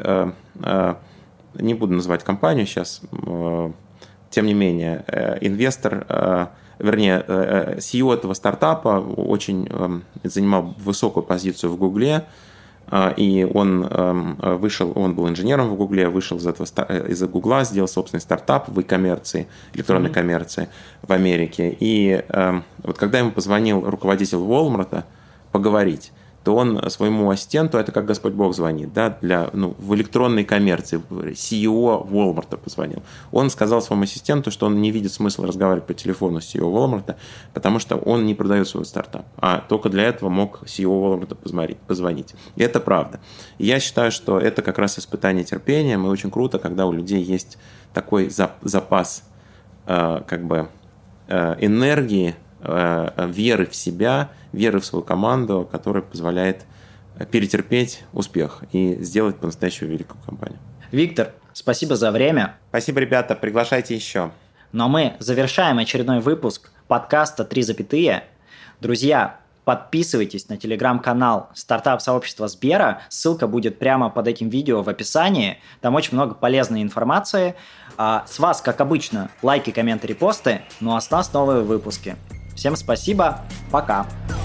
не буду называть компанию сейчас, тем не менее, инвестор, вернее, си и о этого стартапа очень занимал высокую позицию в Гугле, и он вышел, он был инженером в Гугле, вышел из этого из Гугла, сделал собственный стартап в e-коммерции, электронной mm-hmm. коммерции в Америке. И вот когда ему позвонил руководитель Walmart поговорить, то он своему ассистенту, это как Господь Бог звонит, да, для, ну, в электронной коммерции, си и о Walmart позвонил. Он сказал своему ассистенту, что он не видит смысла разговаривать по телефону с си и о Walmart, потому что он не продает свой стартап, а только для этого мог си и о Walmart позвонить. И это правда. И я считаю, что это как раз испытание терпением, и очень круто, когда у людей есть такой запас как бы энергии, веры в себя, веры в свою команду, которая позволяет перетерпеть успех и сделать по-настоящему великую компанию. Виктор, спасибо за время. Спасибо, ребята, приглашайте еще. Ну а мы завершаем очередной выпуск подкаста «Три запятые». Друзья, подписывайтесь на телеграм-канал стартап-сообщества Сбера. Ссылка будет прямо под этим видео в описании. Там очень много полезной информации. А с вас, как обычно, лайки, комменты, репосты. Ну а с нас новые выпуски. Всем спасибо. Пока.